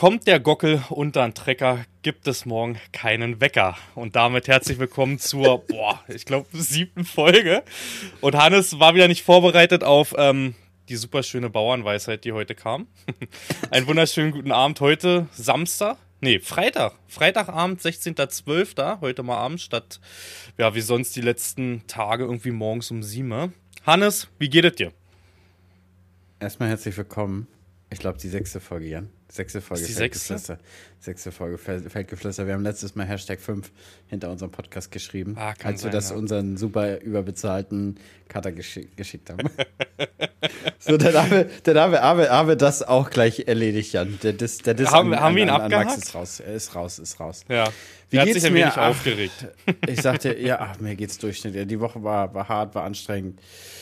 Kommt der Gockel unter den Trecker, gibt es morgen keinen Wecker. Und damit herzlich willkommen zur, ich glaube, 7. Folge. Und Hannes war wieder nicht vorbereitet auf die super schöne Bauernweisheit, die heute kam. Einen wunderschönen guten Abend heute, Freitagabend, 16.12. Heute mal abends statt, wie sonst die letzten Tage irgendwie morgens um 7. Hannes, wie geht es dir? Erstmal herzlich willkommen. Ich glaube, die 6. Folge, Jan. 6. Folge Feldgeflüster. 6. Folge Feldgeflüster. Wir haben letztes Mal #5 hinter unserem Podcast geschrieben, als wir das unseren super überbezahlten Cutter geschickt haben. So, dann haben wir das auch gleich erledigt, Jan. Haben wir ihn abgehakt? Max ist raus. Er ist raus. Ja. Wie hat geht's sich ein mir? wenig aufgeregt. Ich sagte, mir geht's durchschnittlich. Die Woche war hart, war anstrengend.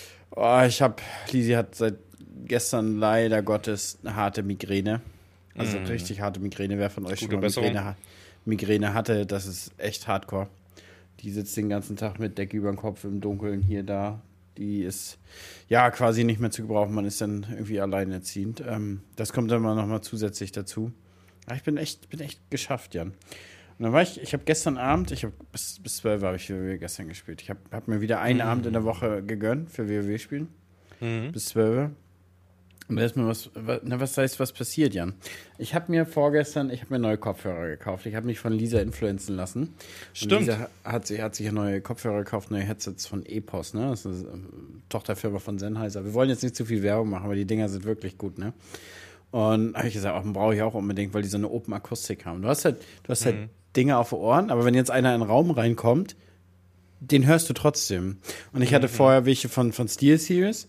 Lisi hat seit gestern leider Gottes eine harte Migräne. Also richtig harte Migräne. Wer von euch schon mal Migräne hatte, das ist echt hardcore. Die sitzt den ganzen Tag mit Decke über den Kopf im Dunkeln hier da. Die ist ja quasi nicht mehr zu gebrauchen. Man ist dann irgendwie alleinerziehend. Das kommt dann mal nochmal zusätzlich dazu. Aber ich bin echt geschafft, Jan. Und dann ich habe gestern Abend, bis 12 habe ich für WoW gestern gespielt. Ich hab mir wieder einen Abend in der Woche gegönnt für WoW spielen. Bis 12. Und da ist mir was passiert, Jan? Ich habe mir neue Kopfhörer gekauft. Ich habe mich von Lisa influenzen lassen. Stimmt. Und Lisa hat sich neue Kopfhörer gekauft, neue Headsets von Epos, ne? Das ist eine Tochterfirma von Sennheiser. Wir wollen jetzt nicht zu viel Werbung machen, aber die Dinger sind wirklich gut, ne? Und habe ich gesagt, brauche ich auch unbedingt, weil die so eine Open Akustik haben. Du hast halt Dinge auf den Ohren, aber wenn jetzt einer in den Raum reinkommt, den hörst du trotzdem. Und ich hatte vorher welche von SteelSeries.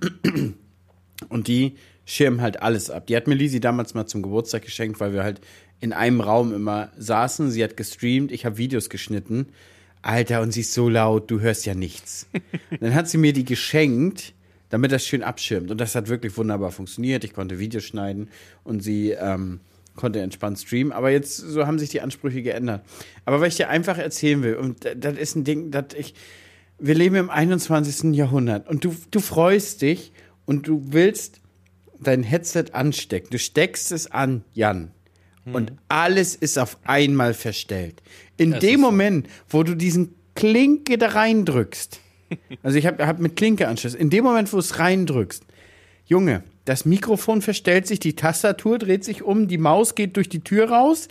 Und die schirmen halt alles ab. Die hat mir Lisi damals mal zum Geburtstag geschenkt, weil wir halt in einem Raum immer saßen. Sie hat gestreamt, ich habe Videos geschnitten. Alter, und sie ist so laut, du hörst ja nichts. Dann hat sie mir die geschenkt, damit das schön abschirmt. Und das hat wirklich wunderbar funktioniert. Ich konnte Videos schneiden und sie konnte entspannt streamen. Aber jetzt so haben sich die Ansprüche geändert. Aber weil ich dir einfach erzählen will, und das ist ein Ding, wir leben im 21. Jahrhundert und du freust dich und du willst dein Headset anstecken. Du steckst es an, Jan. Und alles ist auf einmal verstellt. In dem Moment, wo du diesen Klinke da reindrückst, also ich hab mit Klinke Anschluss, in dem Moment, wo du es reindrückst, Junge, das Mikrofon verstellt sich, die Tastatur dreht sich um, die Maus geht durch die Tür raus,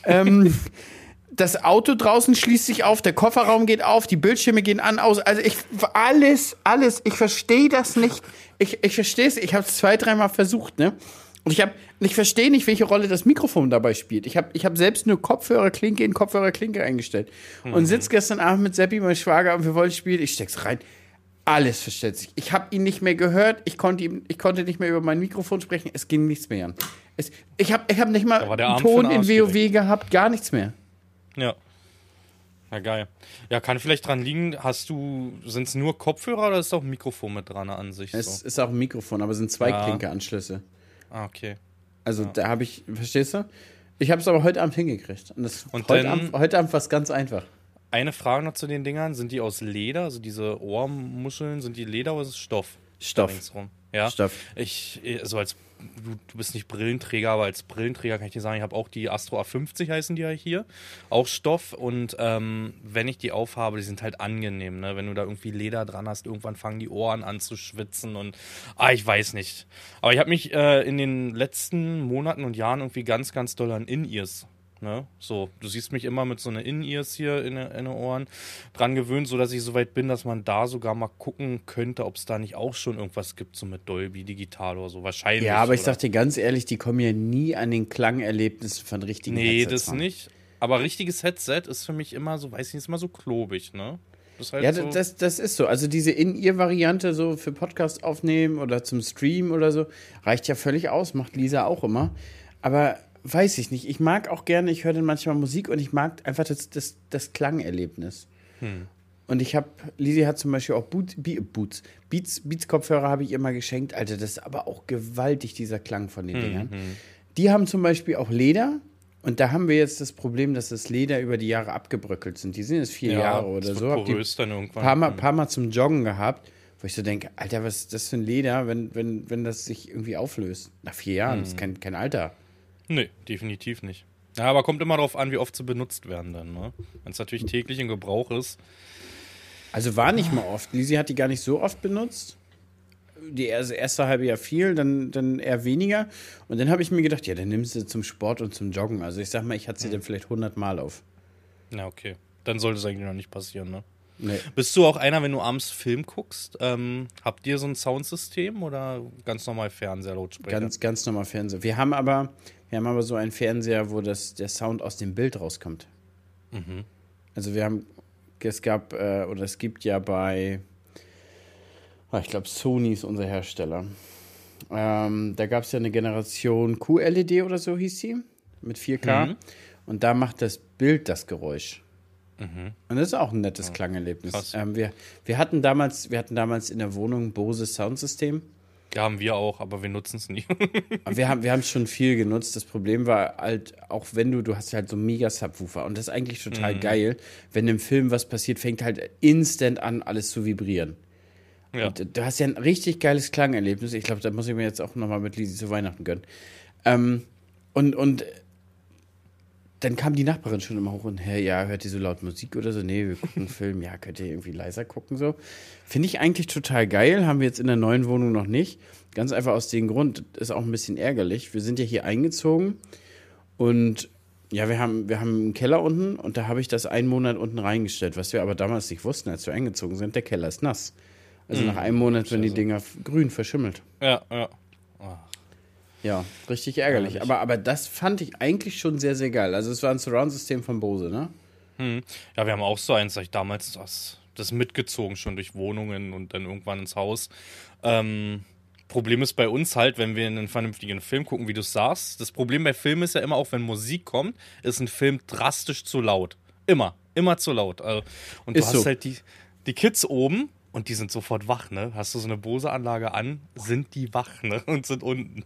das Auto draußen schließt sich auf, der Kofferraum geht auf, die Bildschirme gehen an, aus. Also alles, ich verstehe das nicht. Ich verstehe es, ich habe es 2-3 Mal versucht, ne? Und ich verstehe nicht, welche Rolle das Mikrofon dabei spielt. Ich hab selbst nur Kopfhörerklinke in Kopfhörerklinke eingestellt. Und sitz gestern Abend mit Seppi, mein Schwager, und wir wollten spielen. Ich steck's rein. Alles verstellt sich. Ich habe ihn nicht mehr gehört. Ich konnte nicht mehr über mein Mikrofon sprechen. Es ging nichts mehr an. Ich hab nicht mal einen Ton in WoW gehabt. Gar nichts mehr. Ja. Ja, geil. Ja, kann vielleicht dran liegen, sind es nur Kopfhörer oder ist auch ein Mikrofon mit dran an sich? Es ist auch ein Mikrofon, aber es sind 2 Klinke-Anschlüsse. Ah, okay. Also da habe ich, verstehst du? Ich habe es aber heute Abend hingekriegt. Und heute Abend war es ganz einfach. Eine Frage noch zu den Dingern. Sind die aus Leder? Also diese Ohrmuscheln, sind die Leder oder ist es Stoff? Stoff. Ja. Stoff. Du bist nicht Brillenträger, aber als Brillenträger kann ich dir sagen, ich habe auch die Astro A50 heißen die ja hier. Auch Stoff und wenn ich die aufhabe, die sind halt angenehm, ne? Wenn du da irgendwie Leder dran hast, irgendwann fangen die Ohren an zu schwitzen und ich weiß nicht. Aber ich habe mich in den letzten Monaten und Jahren irgendwie ganz, ganz doll an In-Ears, ne? So, du siehst mich immer mit so einer In-Ears hier in den Ohren dran gewöhnt, sodass ich so weit bin, dass man da sogar mal gucken könnte, ob es da nicht auch schon irgendwas gibt, so mit Dolby Digital oder so. Wahrscheinlich. Ja, aber ich sag dir ganz ehrlich, die kommen ja nie an den Klangerlebnissen von richtigen Headsets. Nee, das nicht. Aber richtiges Headset ist für mich immer so, weiß ich nicht, ist immer so klobig, ne? Das ist so. Also diese In-Ear-Variante so für Podcast aufnehmen oder zum Stream oder so, reicht ja völlig aus, macht Lisa auch immer. Aber weiß ich nicht. Ich mag auch gerne, ich höre dann manchmal Musik und ich mag einfach das Klangerlebnis. Und Lisi hat zum Beispiel auch Beats-Kopfhörer habe ich ihr mal geschenkt. Alter, das ist aber auch gewaltig, dieser Klang von den Dingern. Die haben zum Beispiel auch Leder. Und da haben wir jetzt das Problem, dass das Leder über die Jahre abgebröckelt sind. Die sind jetzt 4 Jahre oder so. Hab die paar Mal zum Joggen gehabt, wo ich so denke, Alter, was ist das für ein Leder, wenn das sich irgendwie auflöst? Nach 4 Jahren, das ist kein Alter. Nee, definitiv nicht. Ja, aber kommt immer darauf an, wie oft sie benutzt werden dann, ne? Wenn es natürlich täglich in Gebrauch ist. Also war nicht mal oft. Lisi hat die gar nicht so oft benutzt. Das erste halbe Jahr viel, dann eher weniger. Und dann habe ich mir gedacht, ja, dann nimmst du sie zum Sport und zum Joggen. Also ich sag mal, ich hatte sie dann vielleicht 100 Mal auf. Ja, okay. Dann sollte es eigentlich noch nicht passieren, ne? Nee. Bist du auch einer, wenn du abends Film guckst? Habt ihr so ein Soundsystem oder ganz normal Fernseher, Lautsprecher? Ganz normal Fernseher. Wir haben aber so einen Fernseher, wo der Sound aus dem Bild rauskommt. Mhm. Also es gibt ja bei, ich glaube, Sony ist unser Hersteller. Da gab es ja eine Generation QLED oder so hieß sie, mit 4K. Mhm. Und da macht das Bild das Geräusch. Mhm. Und das ist auch ein nettes Klangerlebnis. Krass. Wir hatten damals in der Wohnung ein Bose Soundsystem. Ja, haben wir auch, aber wir nutzen es nie. Aber wir haben es schon viel genutzt. Das Problem war halt, auch wenn du hast halt so mega Subwoofer und das ist eigentlich total geil, wenn im Film was passiert, fängt halt instant an, alles zu vibrieren. Ja. Und du hast ja ein richtig geiles Klangerlebnis. Ich glaube, da muss ich mir jetzt auch nochmal mit Lisi zu Weihnachten gönnen. Und dann kam die Nachbarin schon immer hoch und, hey, ja, hört ihr so laut Musik oder so? Nee, wir gucken einen Film. Ja, könnt ihr irgendwie leiser gucken so? Finde ich eigentlich total geil. Haben wir jetzt in der neuen Wohnung noch nicht. Ganz einfach aus dem Grund, ist auch ein bisschen ärgerlich. Wir sind ja hier eingezogen und ja, wir haben einen Keller unten und da habe ich das einen Monat unten reingestellt. Was wir aber damals nicht wussten, als wir eingezogen sind, der Keller ist nass. Also nach einem Monat werden die Dinger grün verschimmelt. Ja. Ja, richtig ärgerlich. Aber das fand ich eigentlich schon sehr, sehr geil. Also es war ein Surround-System von Bose, ne? Ja, wir haben auch so eins, ich damals das mitgezogen, schon durch Wohnungen und dann irgendwann ins Haus. Problem ist bei uns halt, wenn wir einen vernünftigen Film gucken, wie du sagst. Das Problem bei Filmen ist ja immer auch, wenn Musik kommt, ist ein Film drastisch zu laut. Immer zu laut. Und du Ist hast so. halt die Kids oben und die sind sofort wach, ne? Hast du so eine Bose-Anlage an, sind die wach, ne? Und sind unten.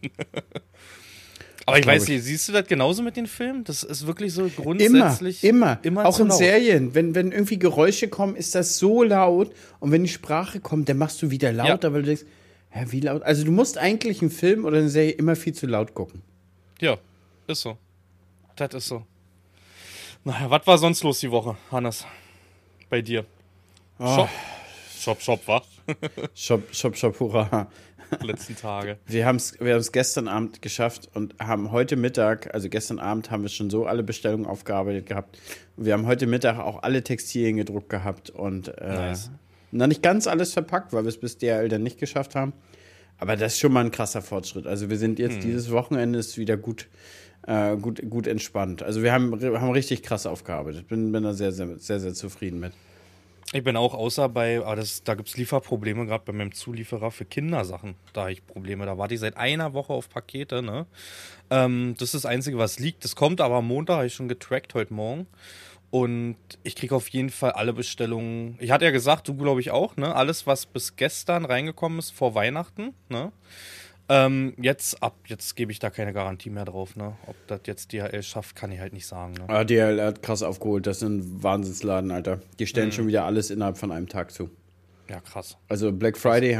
Aber ich weiß nicht, siehst du das genauso mit den Filmen? Das ist wirklich so grundsätzlich Immer. Auch zu in laut. Serien. Wenn irgendwie Geräusche kommen, ist das so laut. Und wenn die Sprache kommt, dann machst du wieder lauter, weil du denkst, hä, wie laut? Also du musst eigentlich einen Film oder eine Serie immer viel zu laut gucken. Ja, ist so. Das ist so. Naja, was war sonst los die Woche, Hannes? Bei dir? Shop, wa? Shop, hurra. Letzten Tage. Wir haben es gestern Abend geschafft und haben heute Mittag, also gestern Abend haben wir schon so alle Bestellungen aufgearbeitet gehabt. Und wir haben heute Mittag auch alle Textilien gedruckt gehabt und Nice. noch nicht ganz alles verpackt, weil wir es bis DHL dann nicht geschafft haben. Aber das ist schon mal ein krasser Fortschritt. Also wir sind jetzt dieses Wochenende ist wieder gut entspannt. Also wir haben richtig krass aufgearbeitet. Bin da sehr, sehr, sehr, sehr zufrieden mit. Ich bin auch da gibt es Lieferprobleme, gerade bei meinem Zulieferer für Kindersachen. Da habe ich Probleme. Da warte ich seit einer Woche auf Pakete, ne? Das ist das Einzige, was liegt. Das kommt aber am Montag, habe ich schon getrackt heute Morgen. Und ich kriege auf jeden Fall alle Bestellungen. Ich hatte ja gesagt, du glaube ich auch, ne? Alles, was bis gestern reingekommen ist vor Weihnachten, ne? Jetzt gebe ich da keine Garantie mehr drauf, ne? Ob das jetzt DHL schafft, kann ich halt nicht sagen, ne? Ah, DHL hat krass aufgeholt. Das ist ein Wahnsinnsladen, Alter. Die stellen schon wieder alles innerhalb von einem Tag zu. Ja, krass. Also Black Friday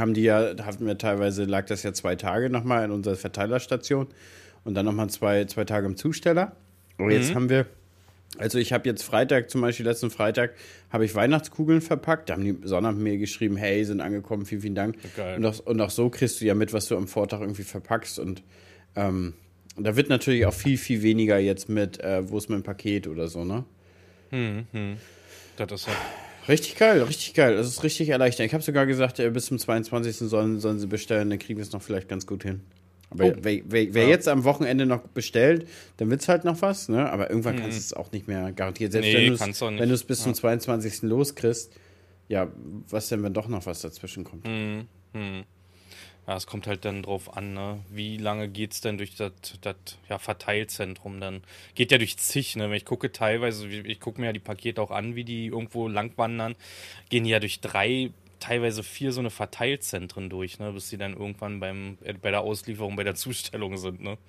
lag das ja 2 Tage nochmal in unserer Verteilerstation und dann nochmal zwei Tage im Zusteller. Aber jetzt haben wir, also ich habe jetzt letzten Freitag, habe ich Weihnachtskugeln verpackt. Da haben die Sonntag mir geschrieben, hey, sind angekommen, vielen, vielen Dank. Geil. Und auch so kriegst du ja mit, was du am Vortag irgendwie verpackst. Und da wird natürlich auch viel, viel weniger jetzt mit, wo ist mein Paket oder so, ne? Das ist so. Richtig geil, richtig geil. Das ist richtig erleichternd. Ich habe sogar gesagt, bis zum 22. sollen sie bestellen, dann kriegen wir es noch vielleicht ganz gut hin. Aber wer jetzt am Wochenende noch bestellt, dann wird es halt noch was, ne? Aber irgendwann kannst du es auch nicht mehr garantieren. Selbst wenn du es bis zum 22. loskriegst, ja, was denn, wenn doch noch was dazwischen kommt? Ja, es kommt halt dann drauf an, ne? Wie lange geht's denn durch das Verteilzentrum dann? Geht ja durch zig, ne? Wenn ich gucke teilweise, ich gucke mir ja die Pakete auch an, wie die irgendwo lang wandern, gehen die ja durch 3, teilweise 4 so eine Verteilzentren durch, ne? Bis die dann irgendwann bei der Auslieferung, bei der Zustellung sind, ne?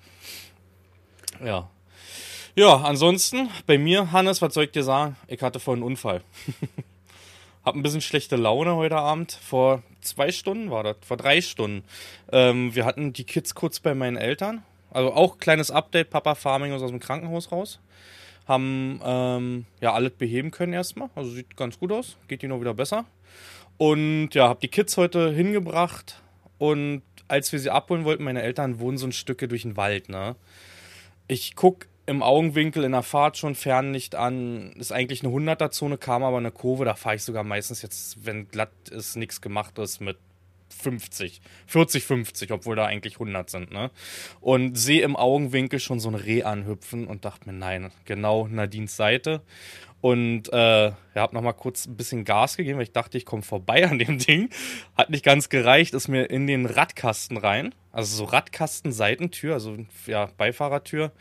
Ja. Ja, ansonsten, bei mir, Hannes, was soll ich dir sagen? Ich hatte vorhin einen Unfall. Hab ein bisschen schlechte Laune heute Abend. Vor 2 Stunden war das, vor 3 Stunden. Wir hatten die Kids kurz bei meinen Eltern. Also auch kleines Update, Papa Farming ist aus dem Krankenhaus raus. Haben ja alles beheben können erstmal. Also sieht ganz gut aus. Geht ihnen noch wieder besser. Und ja, habe die Kids heute hingebracht. Und als wir sie abholen wollten, meine Eltern wohnen so ein Stücke durch den Wald, ne? Ich guck im Augenwinkel in der Fahrt schon Fernlicht an. Ist eigentlich eine 100er-Zone, kam aber eine Kurve. Da fahre ich sogar meistens jetzt, wenn glatt ist, nichts gemacht ist, mit 40, 50, obwool da eigentlich 100 sind, ne? Und sehe im Augenwinkel schon so ein Reh anhüpfen und dachte mir, nein, genau Nadines Seite. Und hab nochmal kurz ein bisschen Gas gegeben, weil ich dachte, ich komme vorbei an dem Ding. Hat nicht ganz gereicht, ist mir in den Radkasten rein. Also so Radkasten-Seitentür, also ja, Beifahrertür.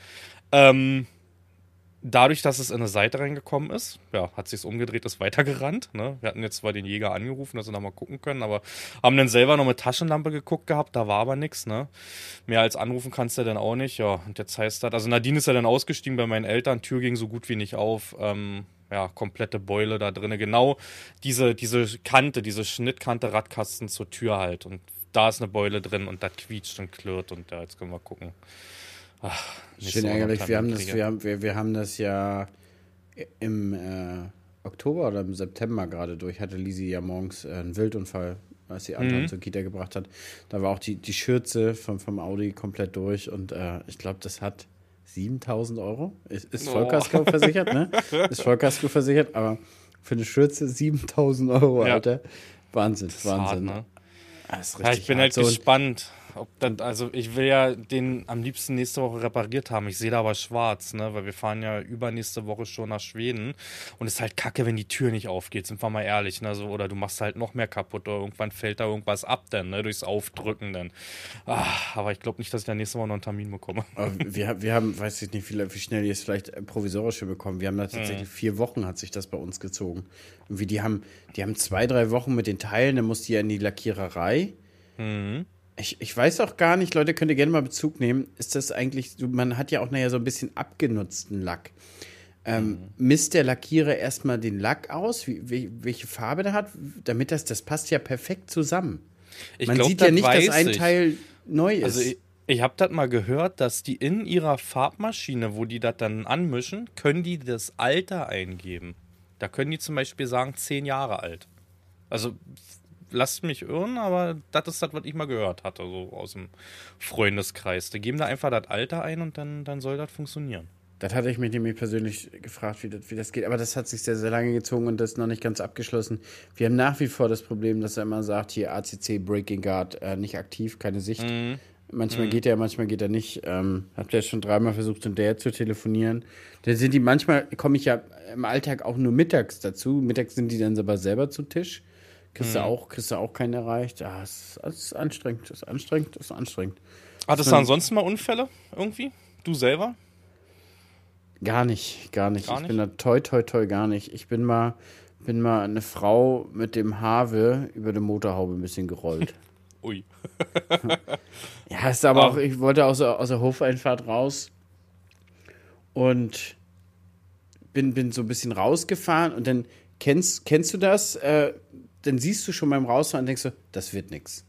Dadurch, dass es in eine Seite reingekommen ist, ja, hat sich's umgedreht, ist weitergerannt. Ne? Wir hatten jetzt zwar den Jäger angerufen, dass wir noch mal gucken können, aber haben dann selber noch mit Taschenlampe geguckt gehabt, da war aber nichts. Ne? Mehr als anrufen kannst du dann auch nicht. Ja, und jetzt heißt das, also Nadine ist ja dann ausgestiegen bei meinen Eltern, Tür ging so gut wie nicht auf. Ja, komplette Beule da drin. Genau diese Kante, diese Schnittkante Radkasten zur Tür halt. Und da ist eine Beule drin und das quietscht und klirrt und ja, jetzt können wir gucken. Ach, schön ärgerlich. Wir haben das ja im Oktober oder im September gerade durch. Hatte Lisi ja morgens einen Wildunfall, als sie Anton zur Kita gebracht hat. Da war auch die Schürze vom Audi komplett durch und ich glaube, das hat 7.000 Euro. Ist Vollkasko versichert, ne? Ist Vollkasko versichert, aber für eine Schürze 7.000 Euro, ja. Alter. Wahnsinn, Wahnsinn. Hart, ne? Das ist ja, ich bin halt gespannt. Ob das, also ich will ja den am liebsten nächste Woche repariert haben. Ich sehe da aber schwarz, ne? Weil wir fahren ja übernächste Woche schon nach Schweden. Und es ist halt kacke, wenn die Tür nicht aufgeht, sind wir mal ehrlich. Ne? So, oder du machst halt noch mehr kaputt oder irgendwann fällt da irgendwas ab dann, ne? Durchs Aufdrücken dann. Aber ich glaube nicht, dass ich da nächste Woche noch einen Termin bekomme. Wir haben, weiß ich nicht, wie schnell die es vielleicht provisorisch bekommen. Wir haben da tatsächlich 4 Wochen hat sich das bei uns gezogen. Irgendwie die haben 2-3 Wochen mit den Teilen, dann muss die ja in die Lackiererei. Ich weiß auch gar nicht, Leute, könnt ihr gerne mal Bezug nehmen. Ist das eigentlich, man hat ja auch nachher so ein bisschen abgenutzten Lack. Misst der Lackierer erstmal den Lack aus, welche Farbe der hat, damit das passt ja perfekt zusammen. Man sieht ja nicht, dass ein Teil neu ist. Also ich habe das mal gehört, dass die in ihrer Farbmaschine, wo die das dann anmischen, können die das Alter eingeben. Da können die zum Beispiel sagen, 10 Jahre alt. Also lasst mich irren, aber das ist das, was ich mal gehört hatte, so aus dem Freundeskreis. Die geben da einfach das Alter ein und dann soll das funktionieren. Das hatte ich mich nämlich persönlich gefragt, wie das geht. Aber das hat sich sehr, sehr lange gezogen und das ist noch nicht ganz abgeschlossen. Wir haben nach wie vor das Problem, dass er immer sagt, hier ACC Braking Guard nicht aktiv, keine Sicht. Manchmal geht er, manchmal geht er nicht. Habt ihr schon 3-mal versucht, hinterher zu telefonieren. Dann sind die, manchmal komme ich ja im Alltag auch nur mittags dazu. Mittags sind die dann aber selber zu Tisch. Kriegst du auch keinen erreicht. Das ist anstrengend, das ist anstrengend. Hattest du ansonsten mal Unfälle irgendwie? Du selber? Gar nicht. Ich bin da toi gar nicht. Ich bin mal eine Frau mit dem Hawe über die Motorhaube ein bisschen gerollt. Ui. Ja, ist aber auch, ich wollte aus der Hofeinfahrt raus und bin so ein bisschen rausgefahren und dann kennst du das? Dann siehst du schon beim Rausfahren und denkst so, das wird nix.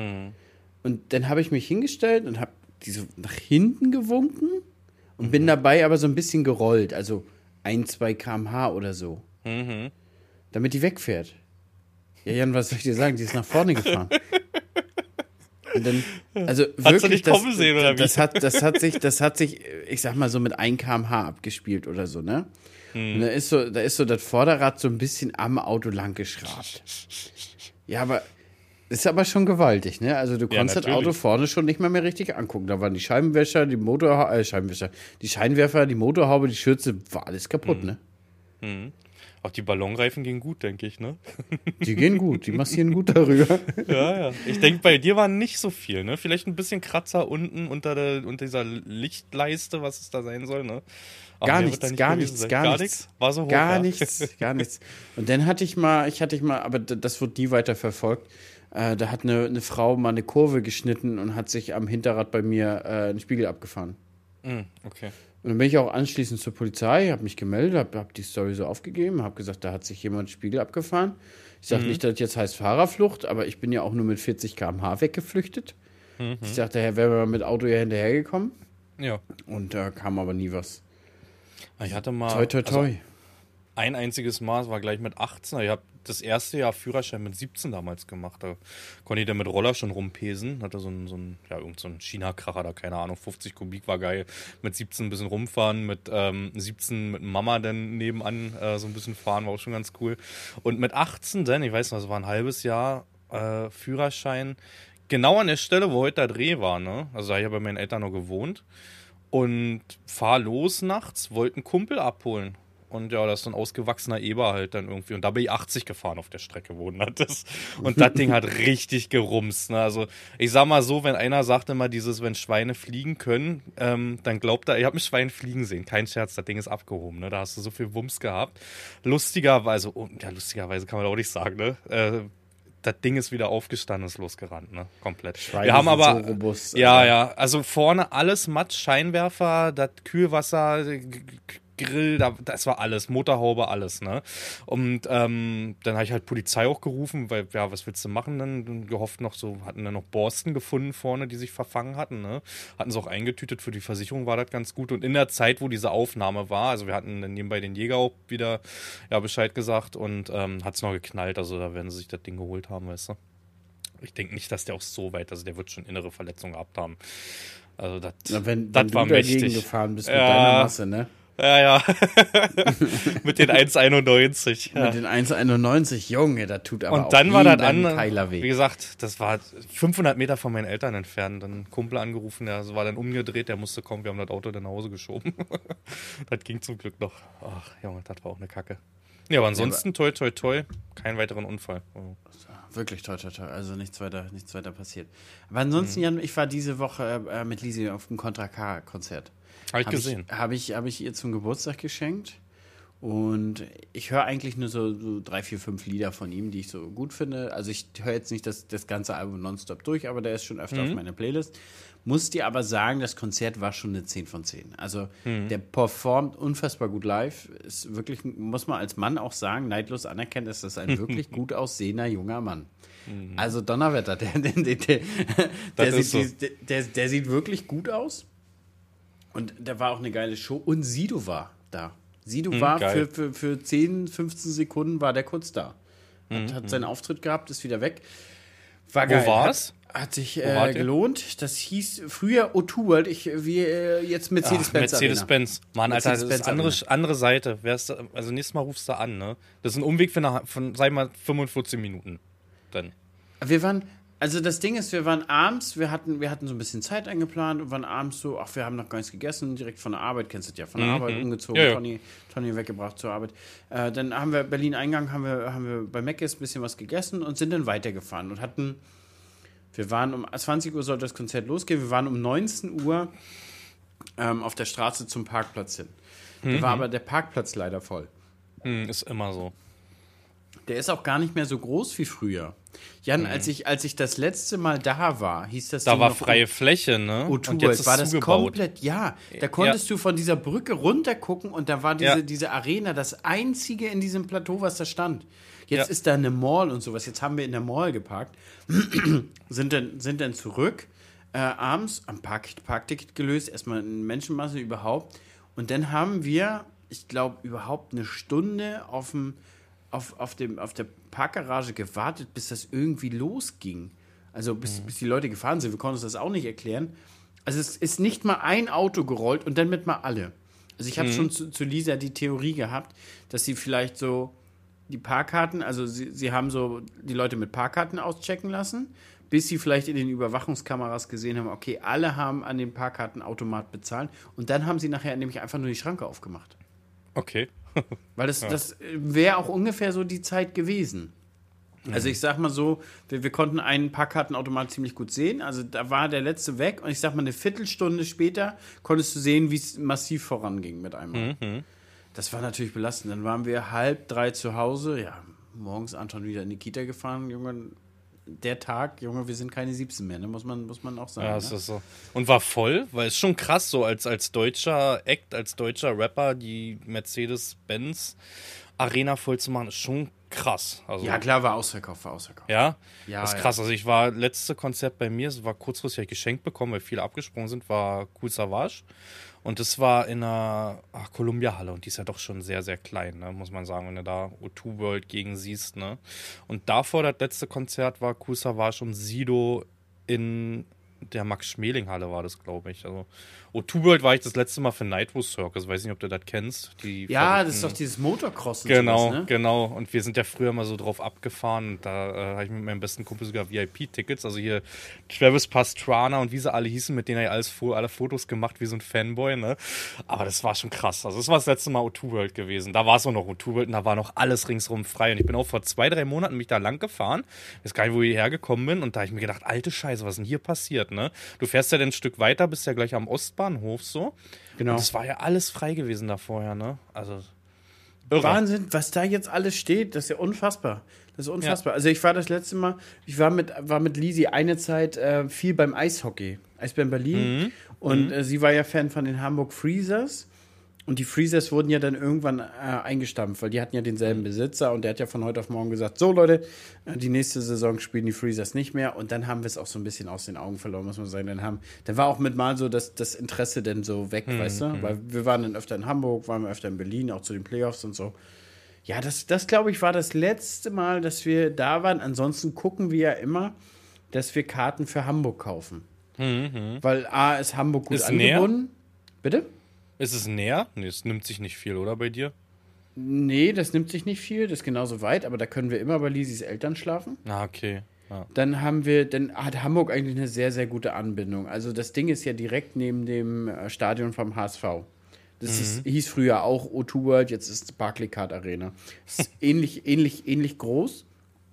Und dann habe ich mich hingestellt und habe die so nach hinten gewunken und bin dabei aber so ein bisschen gerollt, also 1-2 km/h oder so, damit die wegfährt. Ja, Jan, was soll ich dir sagen? Die ist nach vorne gefahren. Und dann, also Hast wirklich, du nicht kommen sehen, oder wie? Das hat sich, ich sag mal so mit 1 km/h abgespielt oder so, ne? Und da ist so das Vorderrad so ein bisschen am Auto lang geschrabt. Ja, aber ist aber schon gewaltig, ne? Also du konntest das Auto vorne schon nicht mehr richtig angucken. Da waren die Scheibenwischer, die Scheinwerfer, die Motorhaube, die Schürze, war alles kaputt, ne? Auch die Ballonreifen gingen gut, denke ich, ne? Die gehen gut, die massieren gut darüber. Ja. Ich denke, bei dir war nicht so viel, ne? Vielleicht ein bisschen Kratzer unten unter dieser Lichtleiste, was es da sein soll, ne? Gar nichts. War so hoch, gar nichts. Und dann hatte ich mal, aber das wird nie weiter verfolgt. Da hat eine Frau mal eine Kurve geschnitten und hat sich am Hinterrad bei mir einen Spiegel abgefahren. Okay. Und dann bin ich auch anschließend zur Polizei, habe mich gemeldet, habe die Story so aufgegeben, habe gesagt, da hat sich jemand einen Spiegel abgefahren. Ich sage nicht, dass das jetzt heißt Fahrerflucht, aber ich bin ja auch nur mit 40 km/h weggeflüchtet. Ich sagte, wäre mal mit Auto ja hinterhergekommen. Ja. Und da kam aber nie was. Ich hatte mal Toi, toi, toi. Also ein einziges Mal, es war gleich mit 18. Ich habe das erste Jahr Führerschein mit 17 damals gemacht. Da konnte ich dann mit Roller schon rumpesen. Hatte irgend so ein China-Kracher da, keine Ahnung, 50 Kubik war geil. Mit 17 ein bisschen rumfahren, mit 17 mit Mama dann nebenan so ein bisschen fahren, war auch schon ganz cool. Und mit 18 dann, ich weiß noch, es war ein halbes Jahr Führerschein, genau an der Stelle, wo heute der Dreh war, ne? Also da habe ich ja bei meinen Eltern noch gewohnt. Und fahr los nachts, wollte einen Kumpel abholen. Und ja, das ist so ein ausgewachsener Eber halt dann irgendwie. Und da bin ich 80 gefahren auf der Strecke, wo das ist. Und das Ding hat richtig gerumst. Ne? Also ich sag mal so, wenn einer sagt immer dieses, wenn Schweine fliegen können, dann glaubt er, ich habe ein Schwein fliegen sehen. Kein Scherz, das Ding ist abgehoben. Ne? Da hast du so viel Wumms gehabt. Lustigerweise kann man auch nicht sagen, ne? Das Ding ist wieder aufgestanden, ist losgerannt, ne? Komplett. Schweine Wir haben sind aber, so robust, ja, also vorne alles Matsch, Scheinwerfer, das Kühlwasser, Grill, das war alles, Motorhaube, alles, ne? Und dann habe ich halt Polizei auch gerufen, weil, ja, was willst du machen dann? Gehofft noch so, hatten dann noch Borsten gefunden vorne, die sich verfangen hatten, ne? Hatten sie auch eingetütet, für die Versicherung war das ganz gut. Und in der Zeit, wo diese Aufnahme war, also wir hatten dann nebenbei den Jäger auch wieder Bescheid gesagt und hat es noch geknallt, also da werden sie sich das Ding geholt haben, weißt du? Ich denke nicht, dass der auch so weit, also der wird schon innere Verletzungen gehabt haben. Also das wenn war du dagegen mächtig. gefahren bist mit deiner Masse, ne? Ja. Mit den 1,91. Ja. Mit den 1,91, Junge, das tut aber Und dann auch war das jeden an, Peiler wie weh. gesagt, das war 500 Meter von meinen Eltern entfernt. Dann einen Kumpel angerufen, der war dann umgedreht, der musste kommen, wir haben das Auto dann nach Hause geschoben. Das ging zum Glück noch. Ach, Junge, das war auch eine Kacke. Ja, aber ansonsten, toi, toi, toi, keinen weiteren Unfall. Oh. Wirklich toll. Also nichts weiter passiert. Aber ansonsten, Jan, ich war diese Woche mit Lisi auf dem Contra K-Konzert. Habe ich gesehen. Habe ich ihr zum Geburtstag geschenkt. Und ich höre eigentlich nur so 3, 4, 5 Lieder von ihm, die ich so gut finde. Also ich höre jetzt nicht das ganze Album nonstop durch, aber der ist schon öfter auf meiner Playlist. Muss dir aber sagen, das Konzert war schon eine 10 von 10. Also der performt unfassbar gut live. Ist wirklich, muss man als Mann auch sagen, neidlos anerkennen, ist das ein wirklich gut aussehender junger Mann. Also Donnerwetter, der sieht wirklich gut aus. Und da war auch eine geile Show. Und Sido war da. Sido war für 10, 15 Sekunden war der kurz da. Hat seinen Auftritt gehabt, ist wieder weg. War geil. Wo war's? Hat sich gelohnt. Das hieß früher O2 World, jetzt Mercedes-Benz. Mercedes-Benz. Mann, Alter, das ist andere Seite. Also nächstes Mal rufst du an, ne? Das ist ein Umweg von sag ich mal, 45 Minuten. Dann. Also das Ding ist, wir waren abends, wir hatten so ein bisschen Zeit eingeplant und waren abends so, wir haben noch gar nichts gegessen, direkt von der Arbeit, kennst du das ja, von der Arbeit umgezogen, Ja. Toni weggebracht zur Arbeit. Dann haben wir Berlin-Eingang, haben wir bei Mc's ein bisschen was gegessen und sind dann weitergefahren und wir waren um 20 Uhr sollte das Konzert losgehen, wir waren um 19 Uhr auf der Straße zum Parkplatz hin. Da war aber der Parkplatz leider voll. Ist immer so. Der ist auch gar nicht mehr so groß wie früher. Jan, als ich das letzte Mal da war, hieß das Da Ding war noch freie Fläche, ne? O2 Und jetzt ist war das zugebaut. komplett, ja. Da konntest du von dieser Brücke runter gucken und da war diese Arena das einzige in diesem Plateau, was da stand. Jetzt ist da eine Mall und sowas. Jetzt haben wir in der Mall geparkt, sind dann zurück, abends am Parkticket gelöst, erstmal eine Menschenmasse überhaupt. Und dann haben wir, ich glaube, überhaupt eine Stunde auf der Parkgarage gewartet, bis das irgendwie losging. Also bis die Leute gefahren sind. Wir konnten uns das auch nicht erklären. Also es ist nicht mal ein Auto gerollt und dann mit mal alle. Also ich habe schon zu Lisa die Theorie gehabt, dass sie vielleicht so die Parkkarten, also sie haben so die Leute mit Parkkarten auschecken lassen, bis sie vielleicht in den Überwachungskameras gesehen haben, okay, alle haben an dem Parkkartenautomat bezahlt und dann haben sie nachher nämlich einfach nur die Schranke aufgemacht. Okay. Weil das wäre auch ungefähr so die Zeit gewesen. Also ich sag mal so, wir konnten einen Parkkartenautomat ziemlich gut sehen. Also da war der letzte weg und ich sag mal eine Viertelstunde später konntest du sehen, wie es massiv voranging mit einmal. Das war natürlich belastend. Dann waren wir 2:30 zu Hause. Ja, morgens Anton wieder in die Kita gefahren. Junge, der Tag, Junge, wir sind keine 17 mehr, ne? Muss man auch sagen. Ja, ne? das ist so. Und war voll, weil es schon krass so, als deutscher Act, als deutscher Rapper die Mercedes-Benz Arena voll zu machen, ist schon krass. Also, Ja, klar, war ausverkauft. Ja? Ja, Das ist krass. Also ich war, letzte Konzert bei mir, es war kurzfristig geschenkt bekommen, weil viele abgesprungen sind, war Kool Savas. Und das war in einer Columbia-Halle und die ist ja doch schon sehr, sehr klein, ne, muss man sagen, wenn du da O2 World gegen siehst. Ne? Und davor, das letzte Konzert war Kool Savas und Sido in der Max-Schmeling-Halle war das, glaube ich. Also O2 World war ich das letzte Mal für Nitro Circus. Weiß nicht, ob du das kennst. Ja, das ist doch dieses Motocross. Genau, sowas, ne? genau. Und wir sind ja früher mal so drauf abgefahren. Und da habe ich mit meinem besten Kumpel sogar VIP-Tickets. Also hier Travis Pastrana und wie sie alle hießen, mit denen habe ich alle Fotos gemacht wie so ein Fanboy. Ne? Aber das war schon krass. Also das war das letzte Mal O2 World gewesen. Da war es auch noch O2 World und da war noch alles ringsrum frei. Und ich bin auch vor 2-3 Monaten mich da lang gefahren. Ich weiß gar nicht, wo ich hergekommen bin. Und da habe ich mir gedacht, alte Scheiße, was ist denn hier passiert? Ne? Du fährst ja dann ein Stück weiter, bist ja gleich am Ostbahnhof so. Genau. Und das war ja alles frei gewesen da vorher. Ne? Also irre. Wahnsinn, was da jetzt alles steht, das ist ja unfassbar. Das ist unfassbar. Ja. Also ich war das letzte Mal, ich war mit Lisi eine Zeit viel beim Eishockey. Eisbären Berlin. Und sie war ja Fan von den Hamburg Freezers. Und die Freezers wurden ja dann irgendwann eingestampft, weil die hatten ja denselben Besitzer und der hat ja von heute auf morgen gesagt, so Leute, die nächste Saison spielen die Freezers nicht mehr und dann haben wir es auch so ein bisschen aus den Augen verloren, muss man sagen. Dann war auch mit mal so das Interesse dann so weg, weißt du? Weil wir waren dann öfter in Hamburg, waren wir öfter in Berlin, auch zu den Playoffs und so. Ja, das glaube ich, war das letzte Mal, dass wir da waren. Ansonsten gucken wir ja immer, dass wir Karten für Hamburg kaufen. Weil A, ist Hamburg gut angebunden. Näher? Bitte? Ist es näher? Nee, es nimmt sich nicht viel, oder bei dir? Nee, das nimmt sich nicht viel, das ist genauso weit, aber da können wir immer bei Lisis Eltern schlafen. Ah, okay. Ja. Dann hat Hamburg eigentlich eine sehr, sehr gute Anbindung. Also das Ding ist ja direkt neben dem Stadion vom HSV. Das hieß früher auch O2 World, jetzt ist es Barclaycard Arena. Ist ähnlich groß.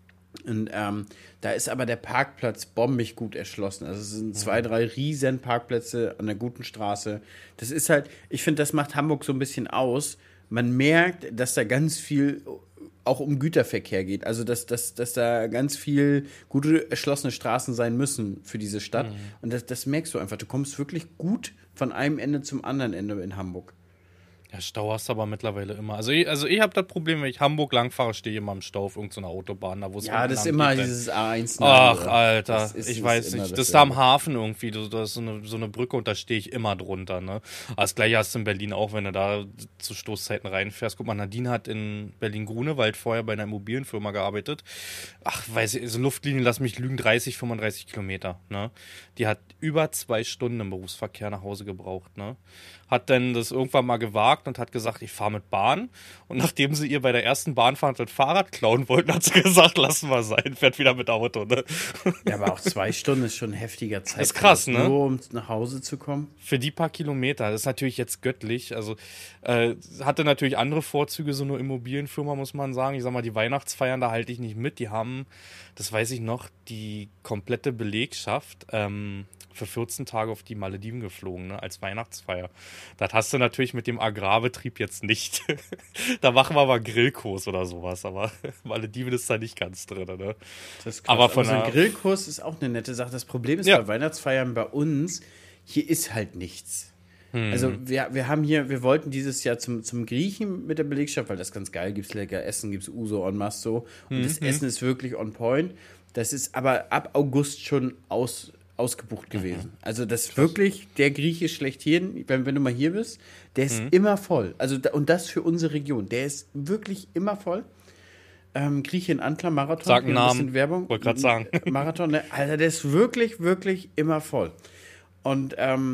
Und da ist aber der Parkplatz bombig gut erschlossen. Also es sind 2-3 riesen Parkplätze an der guten Straße. Das ist halt, ich finde, das macht Hamburg so ein bisschen aus. Man merkt, dass da ganz viel auch um Güterverkehr geht. Also dass da ganz viel gute erschlossene Straßen sein müssen für diese Stadt. Und das merkst du einfach. Du kommst wirklich gut von einem Ende zum anderen Ende in Hamburg. Ja, Stau hast du aber mittlerweile immer. Also ich habe das Problem, wenn ich Hamburg lang fahre, stehe ich immer im Stau auf irgendeiner Autobahn. Da, ja, das ist immer dieses A1. Ach, Alter, ich weiß nicht. Das ist da am Hafen irgendwie. Da ist so eine Brücke und da stehe ich immer drunter. Ne? Aber das Gleiche hast du in Berlin auch, wenn du da zu Stoßzeiten reinfährst. Guck mal, Nadine hat in Berlin-Grunewald vorher bei einer Immobilienfirma gearbeitet. Ach, weiß ich, so Luftlinien, lass mich lügen, 30, 35 Kilometer. Ne? Die hat über 2 Stunden im Berufsverkehr nach Hause gebraucht. Ne? Hat dann das irgendwann mal gewagt und hat gesagt, ich fahre mit Bahn. Und nachdem sie ihr bei der ersten Bahnfahrt das Fahrrad klauen wollten, hat sie gesagt, lassen wir sein, fährt wieder mit Auto. Ne? Ja, aber auch 2 Stunden ist schon ein heftiger Zeit. Das ist krass, ne? Nur um nach Hause zu kommen. Für die paar Kilometer, das ist natürlich jetzt göttlich. Also hatte natürlich andere Vorzüge, so eine Immobilienfirma, muss man sagen. Ich sag mal, die Weihnachtsfeiern, da halte ich nicht mit. Die haben, das weiß ich noch, die komplette Belegschaft für 14 Tage auf die Malediven geflogen, ne, als Weihnachtsfeier. Das hast du natürlich mit dem Agrarbetrieb jetzt nicht. Da machen wir aber Grillkurs oder sowas, aber Malediven ist da nicht ganz drin. Ne? Das ist krass. Aber so ein Grillkurs ist auch eine nette Sache. Das Problem ist bei Weihnachtsfeiern bei uns, hier ist halt nichts. Also wir wollten dieses Jahr zum Griechen mit der Belegschaft, weil das ganz geil, gibt's lecker Essen, gibt's Uso en masse so. Und das Essen ist wirklich on point. Das ist aber ab August schon ausgebucht gewesen. Also das ist wirklich der Grieche schlechthin, wenn du mal hier bist, der ist immer voll. Also und das für unsere Region. Der ist wirklich immer voll. Grieche in Antler, Marathon. Sag einen Namen. Ein bisschen Werbung. Wollte gerade sagen. Marathon, ne? Alter, der ist wirklich, wirklich immer voll. Und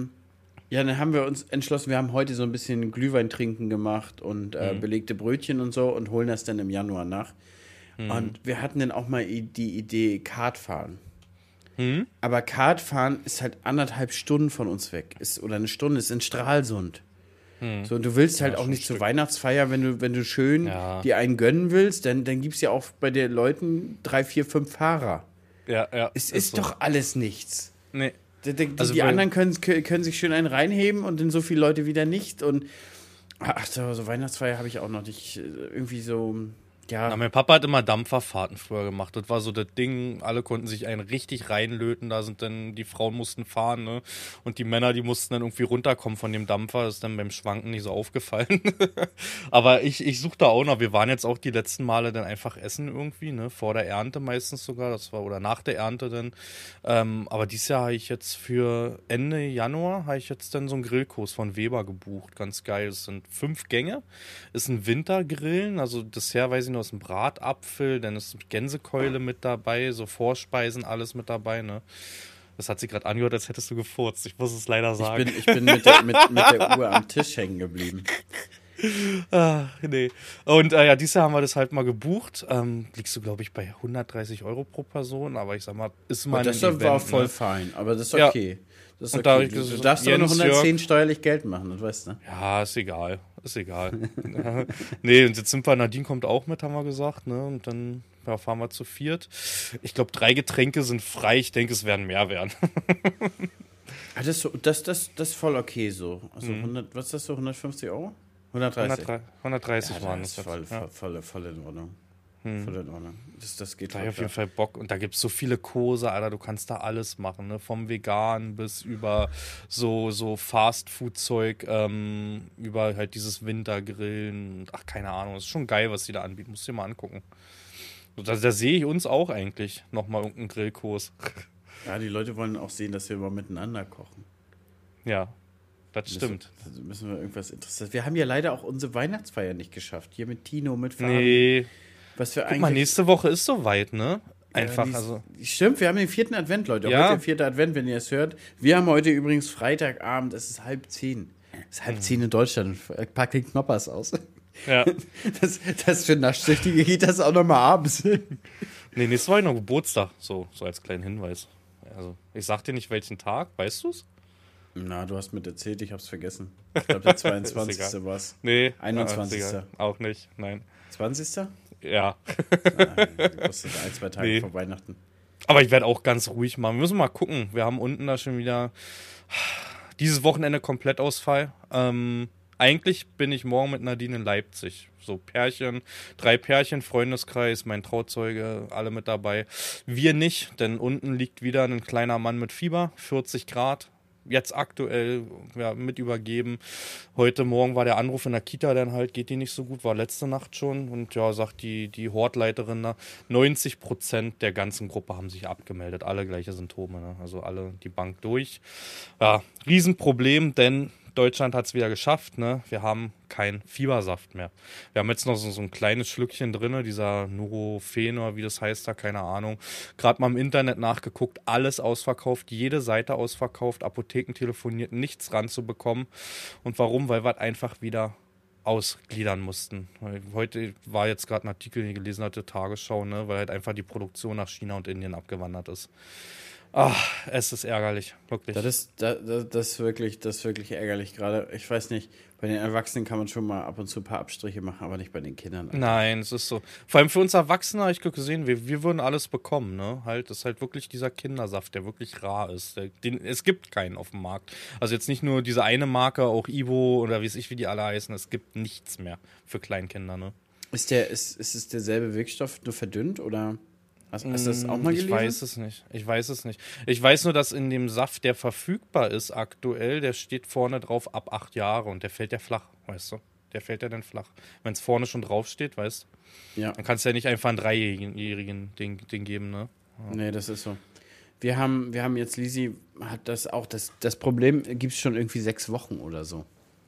dann haben wir uns entschlossen, wir haben heute so ein bisschen Glühwein trinken gemacht und belegte Brötchen und so und holen das dann im Januar nach. Und wir hatten dann auch mal die Idee, Kart fahren. Aber Kartfahren ist halt 1,5 Stunden von uns weg. Oder 1 Stunde, ist in Stralsund. So, und du willst halt auch nicht zur Weihnachtsfeier, wenn du schön dir einen gönnen willst, dann gibt es ja auch bei den Leuten 3, 4, 5 Fahrer. Ja. Es ist so. Doch alles nichts. Nee. Die anderen können sich schön einen reinheben und dann so viele Leute wieder nicht. Und so Weihnachtsfeier habe ich auch noch nicht irgendwie so. Ja. Na, mein Papa hat immer Dampferfahrten früher gemacht. Das war so das Ding, alle konnten sich einen richtig reinlöten. Da sind dann, die Frauen mussten fahren, ne? Und die Männer, die mussten dann irgendwie runterkommen von dem Dampfer. Das ist dann beim Schwanken nicht so aufgefallen. Aber ich suche da auch noch. Wir waren jetzt auch die letzten Male dann einfach essen irgendwie, ne? Vor der Ernte meistens sogar. Das war, oder nach der Ernte dann. Aber dieses Jahr habe ich jetzt für Ende Januar habe ich jetzt dann so einen Grillkurs von Weber gebucht. Ganz geil. Es sind 5 Gänge. Ist ein Wintergrillen. Also Dessert weiß ich noch, ist ein Bratapfel. Dann ist Gänsekeule mit dabei. So Vorspeisen, alles mit dabei, ne? Das hat sich gerade angehört, als hättest du gefurzt. Ich muss es leider sagen. Ich bin mit der Uhr am Tisch hängen geblieben. Nee. Und ja, dieses Jahr haben wir das halt mal gebucht. Liegst du, glaube ich, bei 130 Euro pro Person. Aber ich sag mal, ist mal Das ein Event, war voll ne? fein, aber das ist Ja. okay. Das ist Und da hab okay. ich Du gesagt, darfst aber noch Jens, 110 steuerlich Geld machen, das weißt du. Ja, ist egal. Ist egal. Nee, und jetzt sind wir, Nadine kommt auch mit, haben wir gesagt, ne? Und dann ja, fahren wir zu viert. Ich glaube, 3 Getränke sind frei. Ich denke, es werden mehr werden. Das ist voll okay so. Also 100, was ist das so, 150 Euro? 130. 130 Ja, waren das das. ist voll in Ordnung. Voll in Ordnung. Das geht Da hab voll ich auf jeden klar. Fall Bock. Und da gibt es so viele Kurse, Alter, du kannst da alles machen, ne? Vom Vegan bis über so Fast-Food-Zeug, über halt dieses Wintergrillen. Ach, keine Ahnung. Das ist schon geil, was die da anbieten. Musst du dir mal angucken. Da sehe ich uns auch eigentlich nochmal irgendeinen Grillkurs. Ja, die Leute wollen auch sehen, dass wir mal miteinander kochen. Ja, das stimmt. Also müssen wir irgendwas Interessantes. Wir haben ja leider auch unsere Weihnachtsfeier nicht geschafft. Hier mit Tino, mit Fabi. Nee. Was wir Guck mal, nächste Woche ist soweit, ne? Einfach, also. Stimmt, wir haben den 4. Advent, Leute. Ja. Heute der 4. Advent, wenn ihr es hört. Wir haben heute übrigens Freitagabend, es ist 9:30. Es ist 9:30 in Deutschland. Pack den Knoppers aus. Ja. Das für Naschsüchtige geht das auch nochmal abends. Nee, nächste Woche noch Geburtstag. So als kleinen Hinweis. Also, ich sag dir nicht, welchen Tag, weißt du's? Na, du hast mir erzählt, ich hab's vergessen. Ich glaube, der 22. Ist egal. war's. Nee. 21.. ist egal. Auch nicht, nein. 20.? Ja. Das sind 1-2 Tage Nee. vor Weihnachten. Aber ich werde auch ganz ruhig machen. Wir müssen mal gucken. Wir haben unten da schon wieder dieses Wochenende Komplettausfall. Eigentlich bin ich morgen mit Nadine in Leipzig. So Pärchen, 3 Pärchen, Freundeskreis, mein Trauzeuge, alle mit dabei. Wir nicht, denn unten liegt wieder ein kleiner Mann mit Fieber, 40 Grad. Jetzt aktuell ja, mit übergeben. Heute Morgen war der Anruf in der Kita, dann halt geht die nicht so gut, war letzte Nacht schon. Und ja, sagt die Hortleiterin da, 90% der ganzen Gruppe haben sich abgemeldet. Alle gleiche Symptome, ne? Also alle die Bank durch. Ja, Riesenproblem, denn Deutschland hat es wieder geschafft, ne? Wir haben keinen Fiebersaft mehr. Wir haben jetzt noch so ein kleines Schlückchen drin, dieser Nurofen oder wie das heißt da, keine Ahnung. Gerade mal im Internet nachgeguckt, alles ausverkauft, jede Seite ausverkauft, Apotheken telefoniert, nichts ranzubekommen. Und warum? Weil wir einfach wieder ausgliedern mussten. Heute war jetzt gerade ein Artikel, den ich gelesen hatte, Tagesschau, ne? Weil halt einfach die Produktion nach China und Indien abgewandert ist. Ach, es ist ärgerlich, wirklich. Das ist wirklich ärgerlich gerade. Ich weiß nicht, bei den Erwachsenen kann man schon mal ab und zu ein paar Abstriche machen, aber nicht bei den Kindern. Nein, es ist so. Vor allem für uns Erwachsene habe ich gesehen, wir würden alles bekommen, ne? Halt, das ist halt wirklich dieser Kindersaft, der wirklich rar ist. Es gibt keinen auf dem Markt. Also jetzt nicht nur diese eine Marke, auch Ivo oder wie die alle heißen, es gibt nichts mehr für Kleinkinder, ne? Ist es derselbe Wirkstoff, nur verdünnt oder? Hast du das auch mal gelesen? Ich weiß es nicht. Ich weiß nur, dass in dem Saft, der verfügbar ist aktuell, der steht vorne drauf ab 8 Jahre und der fällt ja flach, weißt du? Der fällt ja dann flach. Wenn es vorne schon drauf steht, weißt du? Ja. Dann kannst du ja nicht einfach einen 3-jährigen Ding geben, ne? Ja. Nee, das ist so. Wir haben jetzt, Lisi hat das auch, das Problem gibt es schon irgendwie 6 Wochen oder so.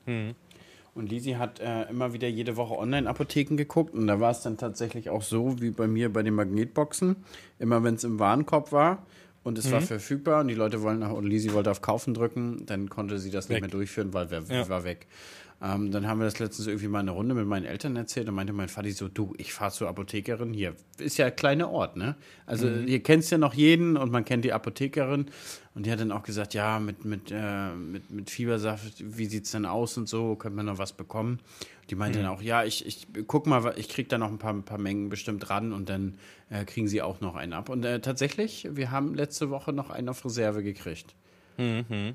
Und Lisi hat immer wieder jede Woche Online-Apotheken geguckt und da war es dann tatsächlich auch so, wie bei mir bei den Magnetboxen. Immer wenn es im Warenkorb war und es war verfügbar und die Leute und Lisi wollte auf Kaufen drücken, dann konnte sie das nicht mehr durchführen, weil war weg. Dann haben wir das letztens irgendwie mal eine Runde mit meinen Eltern erzählt und meinte mein Vati so, du, ich fahre zur Apothekerin, hier ist ja ein kleiner Ort, ne? Also hier kennst ja noch jeden und man kennt die Apothekerin und die hat dann auch gesagt, ja, mit Fiebersaft, wie sieht's denn aus und so, könnte man noch was bekommen? Die meinte dann auch, ja, ich guck mal, ich krieg da noch ein paar Mengen bestimmt ran und dann kriegen sie auch noch einen ab. Und tatsächlich, wir haben letzte Woche noch einen auf Reserve gekriegt.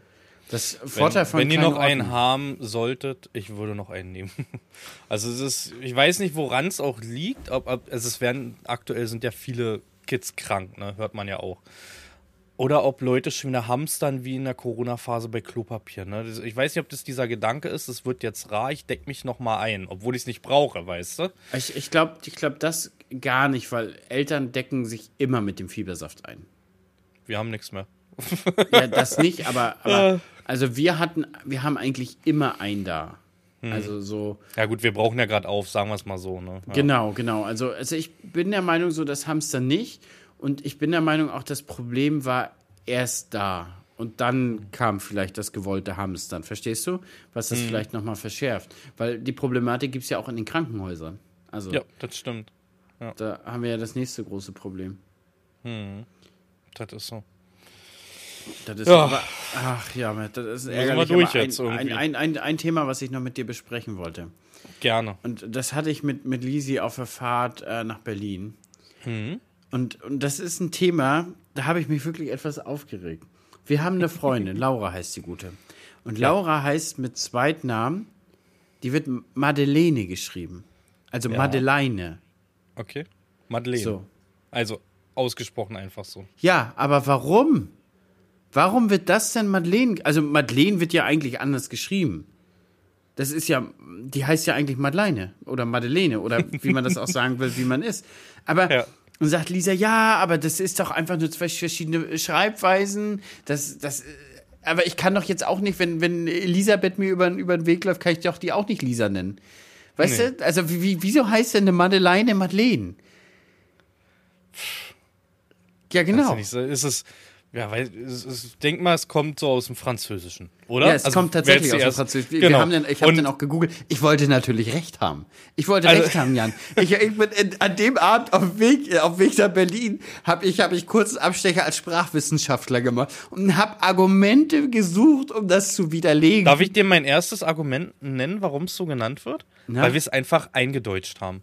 Das Vorteil von wenn ihr kleinen noch einen Orten. haben solltet, ich würde noch einen nehmen. Also ich weiß nicht, woran es auch liegt. Aktuell sind ja viele Kids krank, ne? Hört man ja auch. Oder ob Leute schon wieder hamstern wie in der Corona-Phase bei Klopapier. Ne? Ich weiß nicht, ob das dieser Gedanke ist, es wird jetzt rar, ich deck mich noch mal ein, obwohl ich es nicht brauche, weißt du? Ich glaub, das gar nicht, weil Eltern decken sich immer mit dem Fiebersaft ein. Wir haben nichts mehr. Ja, das nicht, aber also wir haben eigentlich immer einen da. Also so. Ja gut, wir brauchen ja gerade auf, sagen wir es mal so. Ne? Ja. Genau. Also ich bin der Meinung, so das Hamster nicht. Und ich bin der Meinung, auch das Problem war erst da. Und dann kam vielleicht das gewollte Hamstern. Verstehst du? Was das vielleicht nochmal verschärft. Weil die Problematik gibt es ja auch in den Krankenhäusern. Also Ja, das stimmt. da haben wir ja das nächste große Problem. Das ist so. Das ist Ja. aber, ach ja, Matt, das ist sind ärgerlich. wir durch Aber jetzt irgendwie. ein Thema, was ich noch mit dir besprechen wollte. Gerne. Und das hatte ich mit Lisi auf der Fahrt nach Berlin. Und das ist ein Thema, da habe ich mich wirklich etwas aufgeregt. Wir haben eine Freundin, Laura heißt die Gute. Und Laura heißt mit Zweitnamen, die wird Madeleine geschrieben. Also Ja. Madeleine. Okay. Madeleine. So. Also ausgesprochen einfach so. Ja, aber warum? Warum wird das denn Madeleine? Also Madeleine wird ja eigentlich anders geschrieben. Das ist ja, die heißt ja eigentlich Madeleine oder Madeleine oder wie man das auch sagen will, wie man ist. Aber Ja. und sagt Lisa, ja, aber das ist doch einfach nur zwei verschiedene Schreibweisen. Aber ich kann doch jetzt auch nicht, wenn Elisabeth mir über den Weg läuft, kann ich doch die auch nicht Lisa nennen. Weißt du? Also wieso heißt denn eine Madeleine Madeleine? Ja, genau. Ist es, ja, weil ich denke mal, es kommt so aus dem Französischen, oder? Ja, es Also, kommt tatsächlich wer aus jetzt dem die Französischen. Genau. Ich habe Und- dann auch gegoogelt. Ich wollte natürlich recht haben. Also- Recht haben, Jan. Ich bin an dem Abend auf Weg nach Berlin habe ich kurz einen Abstecher als Sprachwissenschaftler gemacht und habe Argumente gesucht, um das zu widerlegen. Darf ich dir mein erstes Argument nennen, warum es so genannt wird? Na? Weil wir es einfach eingedeutscht haben.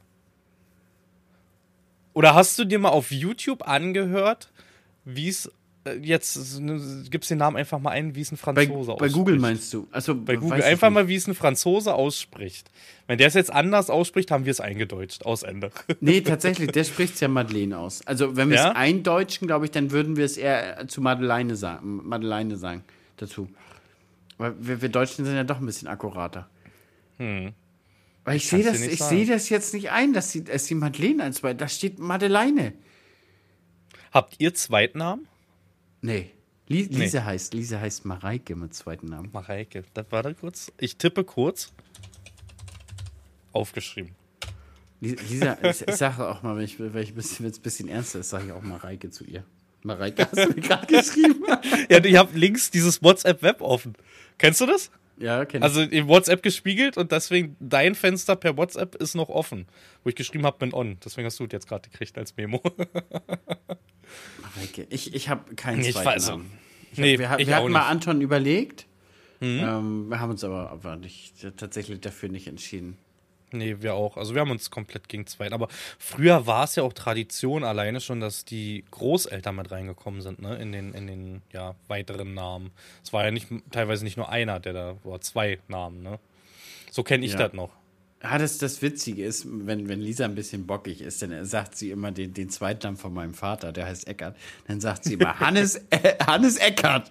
Oder hast du dir mal auf YouTube angehört, wie es jetzt, gibst den Namen einfach mal ein, wie es ein Franzose ausspricht. Bei Google meinst du? Also, Bei Google. Einfach mal, wie es ein Franzose ausspricht. Wenn der es jetzt anders ausspricht, haben wir es eingedeutscht. Aus Ende. Nee, tatsächlich, der spricht ja Madeleine aus. Also, wenn wir Ja? es eindeutschen, glaube ich, dann würden wir es eher zu Madeleine sagen dazu. Weil wir Deutschen sind ja doch ein bisschen akkurater. Weil ich sehe Kannst du nicht sagen. sehe das jetzt nicht ein, dass die Madeleine als bei. Da steht Madeleine. Habt ihr Zweitnamen? Nee. Lise heißt Mareike mit zweiten Namen. Mareike. Das war da kurz. Ich tippe kurz. Aufgeschrieben. Lisa, ich sage auch mal, wenn es ein bisschen ernster ist, sage ich auch Mareike zu ihr. Mareike, hast du mir gerade geschrieben? Ja, ich habe links dieses WhatsApp-Web offen. Kennst du das? Ja, kenn ich. Also in WhatsApp gespiegelt und deswegen dein Fenster per WhatsApp ist noch offen. Wo ich geschrieben habe, bin on. Deswegen hast du es jetzt gerade gekriegt als Memo. Mareike. Ich habe keinen Ich zweiten weiß Namen. Nee, Wir ich auch hatten mal nicht. Anton überlegt. Wir haben uns aber nicht, tatsächlich dafür nicht entschieden. Nee, wir auch. Also wir haben uns komplett gegen Zweit. Aber früher war es ja auch Tradition alleine schon, dass die Großeltern mit reingekommen sind, ne? In den ja, weiteren Namen. Es war ja teilweise nicht nur einer, der da war, zwei Namen, ne? So kenne ich Ja. das noch. Ja, das Witzige ist, wenn Lisa ein bisschen bockig ist, dann sagt sie immer den Zweitnamen von meinem Vater, der heißt Eckart. Dann sagt sie immer Hannes Eckart.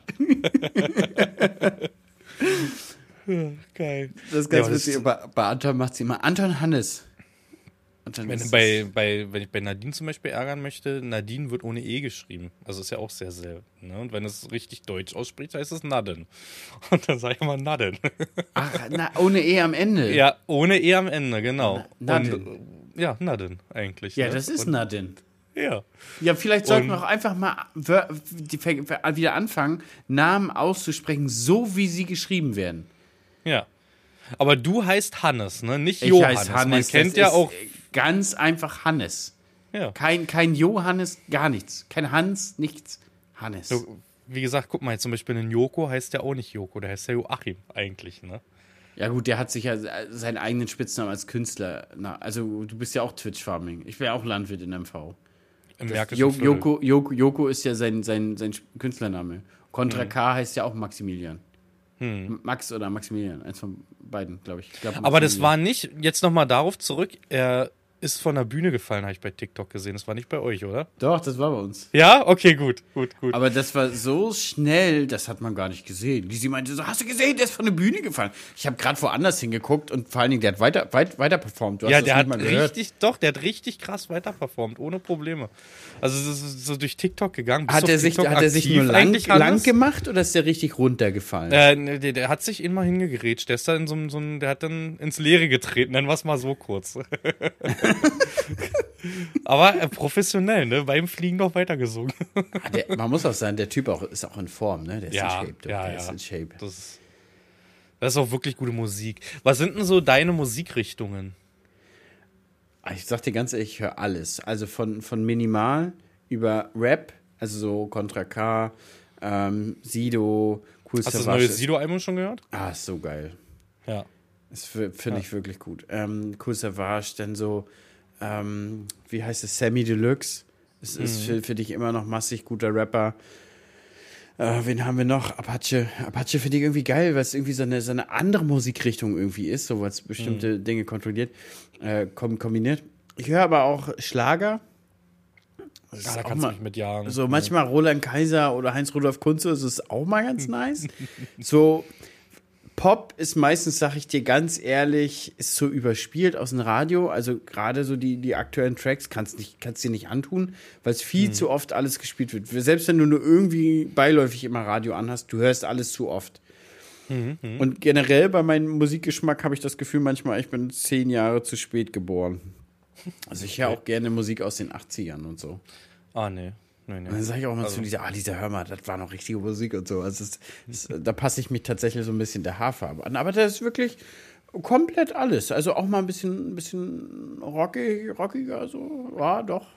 Geil. Das ist ganz Ja, witzig. Bei Anton macht sie immer Anton Hannes. Und dann Wenn ist ich bei Nadine zum Beispiel ärgern möchte, Nadine wird ohne E geschrieben. Also ist ja auch sehr selten. Ne? Und wenn es richtig deutsch ausspricht, heißt es Nadden. Und dann sage ich immer Nadden. ach, ohne E am Ende. Ja, ohne E am Ende, genau. Nadden. Und, ja, Nadden eigentlich. Ja, ne? das ist Und, Nadine. Ja. Ja, vielleicht sollten wir Und- auch einfach mal wieder anfangen, Namen auszusprechen, so wie sie geschrieben werden. Ja. Aber du heißt Hannes, ne? Nicht Ich Johannes. heiße Hannes. Man kennt das ja ist auch. ganz einfach Hannes. Ja. Kein Johannes, gar nichts. Kein Hans, nichts. Hannes. So, wie gesagt, guck mal, jetzt zum Beispiel ein Joko heißt ja auch nicht Joko, der heißt ja Joachim eigentlich, ne? Ja gut, der hat sich ja seinen eigenen Spitznamen als Künstler. Also du bist ja auch Twitch-Farming. Ich wäre auch Landwirt in MV. Im Märkischen Viertel. Joko ist ja sein Künstlername. Contra K heißt ja auch Maximilian. Max oder Maximilian, eins von beiden, glaube ich. Aber das war nicht, jetzt nochmal darauf zurück, er ist von der Bühne gefallen, habe ich bei TikTok gesehen. Das war nicht bei euch, oder? Doch, das war bei uns. Ja? Okay, gut. Aber das war so schnell, das hat man gar nicht gesehen. Lisi meinte so, hast du gesehen, der ist von der Bühne gefallen. Ich habe gerade woanders hingeguckt und vor allen Dingen, der hat weiter performt. Ja, der hat richtig krass weiter performt, ohne Probleme. Also es ist so durch TikTok gegangen. Hat er sich nur lang gemacht oder ist der richtig runtergefallen? Der hat sich immer hingegrätscht. Der ist da der hat dann ins Leere getreten, nennen wir es mal so kurz. Aber professionell, ne? Beim Fliegen noch weiter gesungen. Man muss auch sagen, der Typ ist auch in Form, ne? Der ist in Shape. Der ist in Shape. Das ist auch wirklich gute Musik. Was sind denn so deine Musikrichtungen? Ich sag dir ganz ehrlich, ich höre alles. Also von Minimal über Rap, also so Contra K, Sido, Cool Savage. Hast du das neue Sido-Album schon gehört? Ist so geil. Ja. Das finde ich wirklich gut. Cool Savage, dann so wie heißt es, Sammy Deluxe. Es ist für dich immer noch massig guter Rapper. Wen haben wir noch? Apache. Apache finde ich irgendwie geil, weil es irgendwie so eine andere Musikrichtung irgendwie ist, so was bestimmte Dinge kontrolliert, kombiniert. Ich höre aber auch Schlager. Da kannst du mich mit jagen. So manchmal Roland Kaiser oder Heinz-Rudolf Kunze, das ist auch mal ganz nice. So Pop ist meistens, sag ich dir ganz ehrlich, ist so überspielt aus dem Radio. Also gerade so die aktuellen Tracks kannst dir nicht antun, weil es viel zu oft alles gespielt wird. Selbst wenn du nur irgendwie beiläufig immer Radio anhast, du hörst alles zu oft. Und generell bei meinem Musikgeschmack habe ich das Gefühl manchmal, ich bin 10 Jahre zu spät geboren. Also ich höre auch gerne Musik aus den 80ern und so. Nee. Und dann sage ich auch mal zu Lisa, hör mal, das war noch richtige Musik und so. Also da passe ich mich tatsächlich so ein bisschen der Haarfarbe an. Aber das ist wirklich komplett alles. Also auch mal ein bisschen rockiger, so. Ja, doch.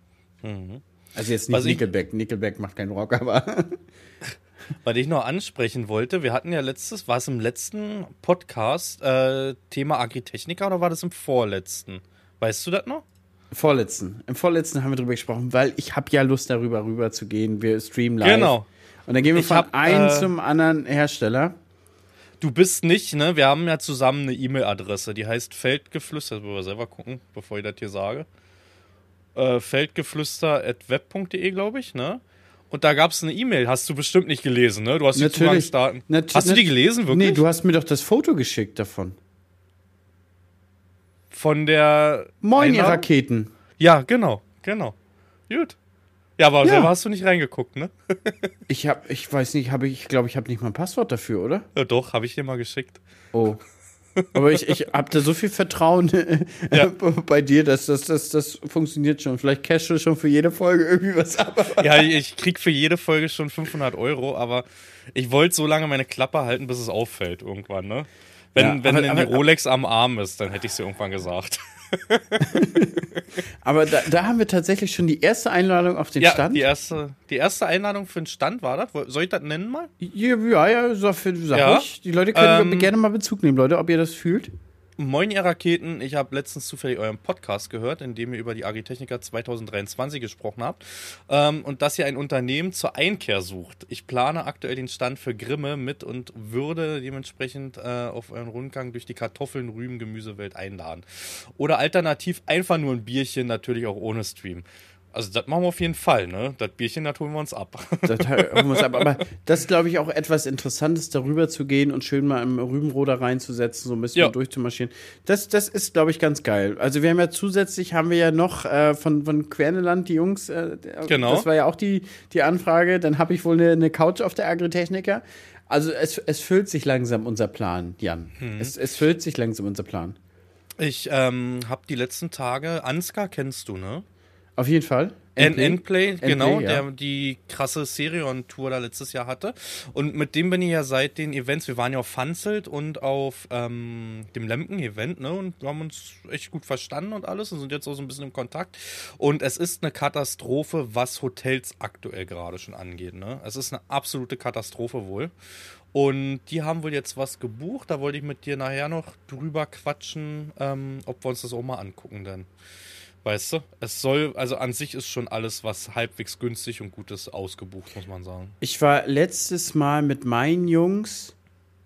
Also jetzt nicht Nickelback. Nickelback macht keinen Rock, aber... Was ich noch ansprechen wollte, wir hatten ja war es im letzten Podcast Thema Agritechnica oder war das im vorletzten? Weißt du das noch? Im vorletzten haben wir drüber gesprochen, weil ich habe ja Lust darüber rüber zu gehen. Wir streamen live. Genau. Und dann gehen wir von einem zum anderen Hersteller. Du bist nicht, ne? Wir haben ja zusammen eine E-Mail-Adresse, die heißt Feldgeflüster, das müssen wir selber gucken, bevor ich das hier sage. Feldgeflüster@web.de, glaube ich, ne? Und da gab es eine E-Mail, hast du bestimmt nicht gelesen, ne? Du hast die Zugangsdaten. Hast du die gelesen, wirklich? Nee, du hast mir doch das Foto geschickt davon. Von der Moin, ihr Raketen. Ja, genau. Gut. Ja, aber selber hast du nicht reingeguckt, ne? Ich weiß nicht, ich glaube, ich habe nicht mal ein Passwort dafür, oder? Ja, doch, habe ich dir mal geschickt. Oh. Aber ich habe da so viel Vertrauen bei dir, dass das funktioniert schon. Vielleicht cashst du schon für jede Folge irgendwie was ab. Ja, ich krieg für jede Folge schon 500 €, aber ich wollte so lange meine Klappe halten, bis es auffällt irgendwann, ne? Wenn die Rolex am Arm ist, dann hätte ich es dir irgendwann gesagt. Aber da haben wir tatsächlich schon die erste Einladung auf den Stand. Die erste Einladung für den Stand war das. Soll ich das nennen mal? Ja, sag ich. Die Leute können gerne mal Bezug nehmen, Leute, ob ihr das fühlt. Moin, ihr Raketen. Ich habe letztens zufällig euren Podcast gehört, in dem ihr über die Agritechnica 2023 gesprochen habt und dass ihr ein Unternehmen zur Einkehr sucht. Ich plane aktuell den Stand für Grimme mit und würde dementsprechend auf euren Rundgang durch die Kartoffeln, Rüben, Gemüsewelt einladen. Oder alternativ einfach nur ein Bierchen, natürlich auch ohne Stream. Also das machen wir auf jeden Fall, ne? Das Bierchen, das holen wir uns ab. Aber das ist, glaube ich, auch etwas Interessantes, darüber zu gehen und schön mal im Rübenroder reinzusetzen, so ein bisschen durchzumarschieren. Das ist, glaube ich, ganz geil. Also wir haben ja zusätzlich, noch von Querneland die Jungs, genau. Das war ja auch die Anfrage, dann habe ich wohl eine Couch auf der Agritechnica. Also es füllt sich langsam unser Plan, Jan. Es füllt sich langsam unser Plan. Ich habe die letzten Tage, Ansgar kennst du, ne? Auf jeden Fall. Endplay, genau, der die krasse Serion-Tour da letztes Jahr hatte. Und mit dem bin ich ja seit den Events, wir waren ja auf Funzelt und auf dem Lemken-Event, ne? Und wir haben uns echt gut verstanden und alles und sind jetzt auch so ein bisschen im Kontakt. Und es ist eine Katastrophe, was Hotels aktuell gerade schon angeht, ne? Es ist eine absolute Katastrophe wohl. Und die haben wohl jetzt was gebucht, da wollte ich mit dir nachher noch drüber quatschen, ob wir uns das auch mal angucken dann. Weißt du, an sich ist schon alles, was halbwegs günstig und gut ist, ausgebucht, muss man sagen. Ich war letztes Mal mit meinen Jungs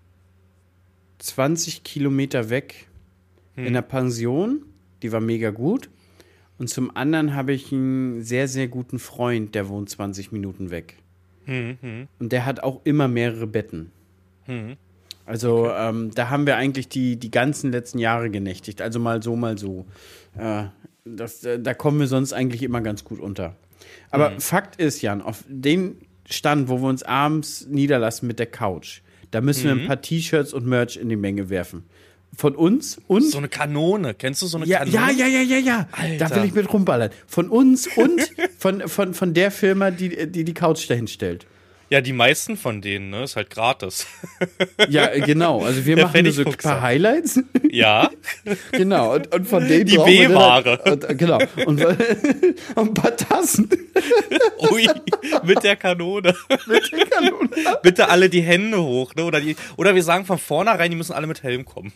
20 Kilometer weg in einer Pension, die war mega gut. Und zum anderen habe ich einen sehr, sehr guten Freund, der wohnt 20 Minuten weg. Und der hat auch immer mehrere Betten. Also da haben wir eigentlich die ganzen letzten Jahre genächtigt. Also mal so, mal so. Da kommen wir sonst eigentlich immer ganz gut unter. Aber Fakt ist, Jan, auf den Stand, wo wir uns abends niederlassen mit der Couch, da müssen wir ein paar T-Shirts und Merch in die Menge werfen. Von uns und... So eine Kanone. Kennst du so eine Kanone? Ja. Alter. Da will ich mit rumballern. Von uns und von der Firma, die Couch dahin stellt. Ja, die meisten von denen, ne? Ist halt gratis. Ja, genau. Also wir machen nur so ein paar Highlights. Ja. Genau. Und von denen Die brauchen wir B-Ware. Genau. Und ein paar Tassen. Ui, mit der Kanone. Bitte alle die Hände hoch, ne? Oder wir sagen von vornherein, die müssen alle mit Helm kommen.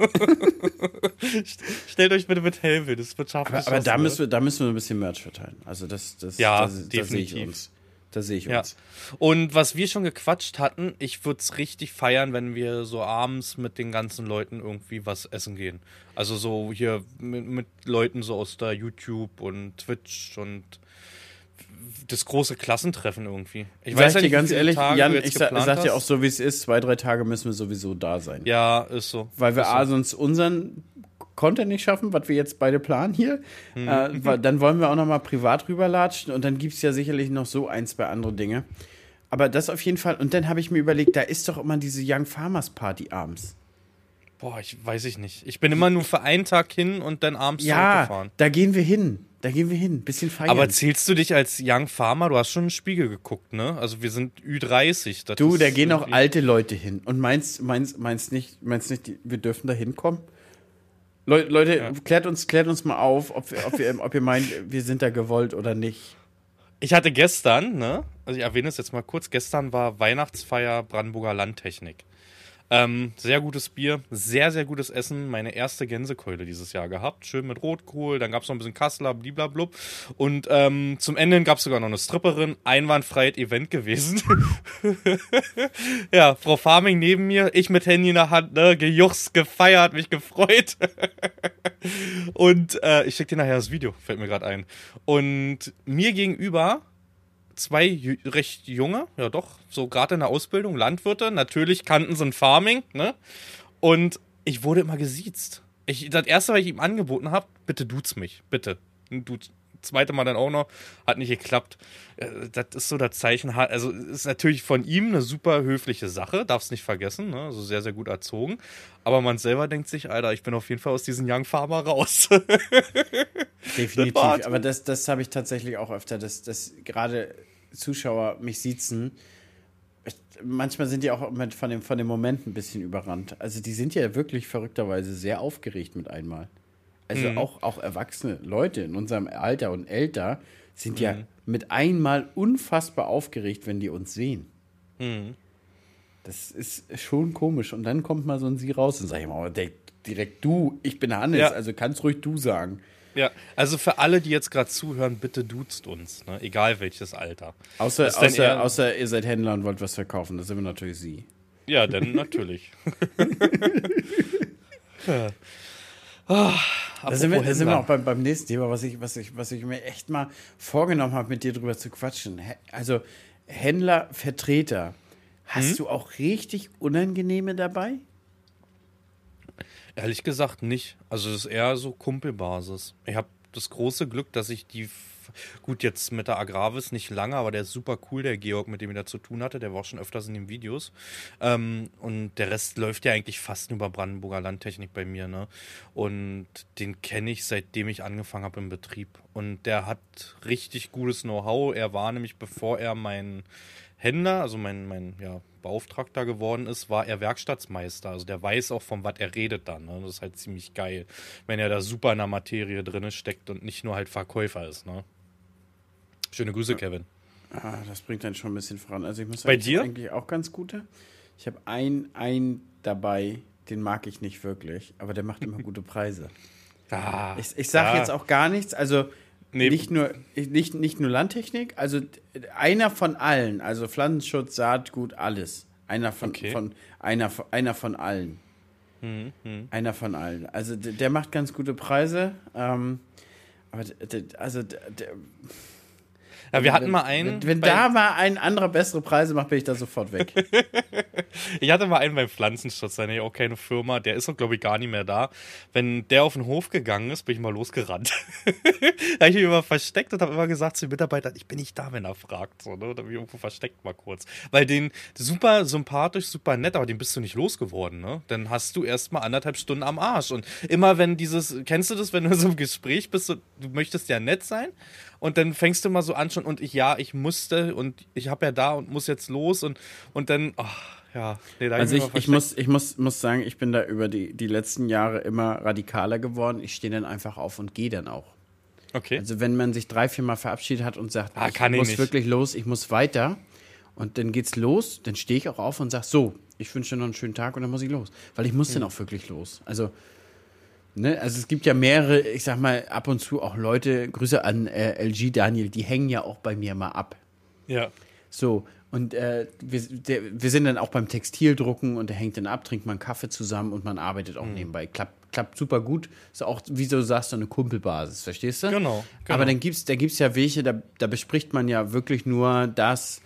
Stellt euch bitte mit Helm hin, das wird scharf. Aber da müssen wir ein bisschen Merch verteilen. Also das definitiv. Da sehe ich Ja. uns. Und was wir schon gequatscht hatten, ich würde es richtig feiern, wenn wir so abends mit den ganzen Leuten irgendwie was essen gehen. Also so hier mit Leuten so aus der YouTube und Twitch und das große Klassentreffen irgendwie. Ich Sag weiß ja dir nicht, ganz wie viele ehrlich, Tage Jan, du jetzt ich sag geplant dir auch hast. so, wie es ist, 2-3 Tage müssen wir sowieso da sein. Ja, ist so. Weil wir Ist so. sonst unseren Content nicht schaffen, was wir jetzt beide planen hier. Dann wollen wir auch noch mal privat rüberlatschen und dann gibt es ja sicherlich noch so 1-2 andere Dinge. Aber das auf jeden Fall. Und dann habe ich mir überlegt, da ist doch immer diese Young Farmers Party abends. Boah, weiß ich nicht. Ich bin immer nur für einen Tag hin und dann abends Ja, zurückgefahren. da gehen wir hin. Bisschen feiern. Aber zählst du dich als Young Farmer? Du hast schon einen Spiegel geguckt, ne? Also wir sind Ü30. Das du, ist da gehen auch irgendwie- alte Leute hin. Und meinst nicht, wir dürfen da hinkommen? Leute, Ja. klärt uns mal auf, ob ihr meint, wir sind da gewollt oder nicht. Ich hatte gestern, ne? Also ich erwähne es jetzt mal kurz. Gestern war Weihnachtsfeier Brandenburger Landtechnik. Sehr gutes Bier, sehr, sehr gutes Essen. Meine erste Gänsekeule dieses Jahr gehabt. Schön mit Rotkohl, dann gab es noch ein bisschen Kassler, bliblablub. Und zum Ende gab es sogar noch eine Stripperin. Einwandfreies Event gewesen. Ja, Frau Farming neben mir, ich mit Handy in der Hand, ne, gejuchst, gefeiert, mich gefreut. Und ich schicke dir nachher das Video, fällt mir gerade ein. Und mir gegenüber 2 recht junge, ja doch, so gerade in der Ausbildung, Landwirte, natürlich kannten sie ein Farming, ne? Und ich wurde immer gesiezt. Das erste, was ich ihm angeboten habe, bitte duz mich, bitte. Duz. Zweite Mal dann auch noch, hat nicht geklappt. Das ist so das Zeichen, also ist natürlich von ihm eine super höfliche Sache, darf's nicht vergessen, ne? Also sehr, sehr gut erzogen. Aber man selber denkt sich, Alter, ich bin auf jeden Fall aus diesem Young Farmer raus. Definitiv, aber das habe ich tatsächlich auch öfter, dass gerade Zuschauer mich siezen. Manchmal sind die auch von dem Moment ein bisschen überrannt. Also die sind ja wirklich verrückterweise sehr aufgeregt mit einmal. Also auch erwachsene Leute in unserem Alter und älter sind ja mit einmal unfassbar aufgeregt, wenn die uns sehen. Das ist schon komisch. Und dann kommt mal so ein Sie raus und sag ich mal, direkt du, ich bin Hannes, Ja. also kannst ruhig du sagen. Ja, also für alle, die jetzt gerade zuhören, bitte duzt uns, ne? Egal welches Alter. Außer Ist ihr seid Händler und wollt was verkaufen, das sind wir natürlich Sie. Ja, dann natürlich. Ja. Da sind wir auch beim nächsten Thema, was ich mir echt mal vorgenommen habe, mit dir drüber zu quatschen. Also Händler, Vertreter, hast du auch richtig Unangenehme dabei? Ehrlich gesagt nicht. Also es ist eher so Kumpelbasis. Ich habe das große Glück, dass ich gut, jetzt mit der Agravis nicht lange, aber der ist super cool, der Georg, mit dem ich da zu tun hatte, der war auch schon öfters in den Videos. Und der Rest läuft ja eigentlich fast nur über Brandenburger Landtechnik bei mir, ne? Und den kenne ich, seitdem ich angefangen habe im Betrieb. Und der hat richtig gutes Know-how. Er war nämlich, bevor er mein Händler, also mein Beauftragter geworden ist, war er Werkstattsmeister. Also der weiß auch, von was er redet dann. Ne? Das ist halt ziemlich geil, wenn er da super in der Materie drin steckt und nicht nur halt Verkäufer ist. Ne? Schöne Grüße, Kevin. Das bringt dann schon ein bisschen voran. Also ich muss Bei sagen, ich dir? habe eigentlich auch ganz gute. Ich habe einen dabei, den mag ich nicht wirklich, aber der macht immer gute Preise. Ich sage jetzt auch gar nichts, also Nee. nicht nur Landtechnik, also einer von allen, also Pflanzenschutz, Saatgut, alles. Einer von allen. Einer von allen. Also der macht ganz gute Preise. Aber Ja, wir hatten mal einen. Wenn da mal ein anderer bessere Preise macht, bin ich da sofort weg. Ich hatte mal einen beim Pflanzenschutz, da hatte ich auch keine Firma, der ist auch, glaube ich, gar nicht mehr da. Wenn der auf den Hof gegangen ist, bin ich mal losgerannt. Da habe ich mich immer versteckt und habe immer gesagt zu den Mitarbeitern, ich bin nicht da, wenn er fragt. So, ne? Da habe ich irgendwo versteckt mal kurz. Weil den super sympathisch, super nett, aber den bist du nicht losgeworden. Ne? Dann hast du erst mal 1,5 Stunden am Arsch. Und immer wenn kennst du das, wenn du in so einem Gespräch bist, du möchtest ja nett sein und dann fängst du mal so an schon und ich musste und ich habe ja da und muss jetzt los und dann, ja. Nee, da also ich muss sagen, ich bin da über die letzten Jahre immer radikaler geworden. Ich stehe dann einfach auf und gehe dann auch. Okay. Also wenn man sich 3-4 Mal verabschiedet hat und sagt, ich muss nicht. wirklich los, ich muss weiter und dann geht's los, dann stehe ich auch auf und sage, so, ich wünsche dir noch einen schönen Tag und dann muss ich los. Weil ich muss dann auch wirklich los. Also es gibt ja mehrere, ich sag mal, ab und zu auch Leute, Grüße an LG Daniel, die hängen ja auch bei mir mal ab. Ja. So, und wir sind dann auch beim Textildrucken und der hängt dann ab, trinkt mal einen Kaffee zusammen und man arbeitet auch nebenbei. Klappt super gut. Ist auch, wie du sagst, so eine Kumpelbasis, verstehst du? Genau. Aber da gibt's ja welche, da bespricht man ja wirklich nur das,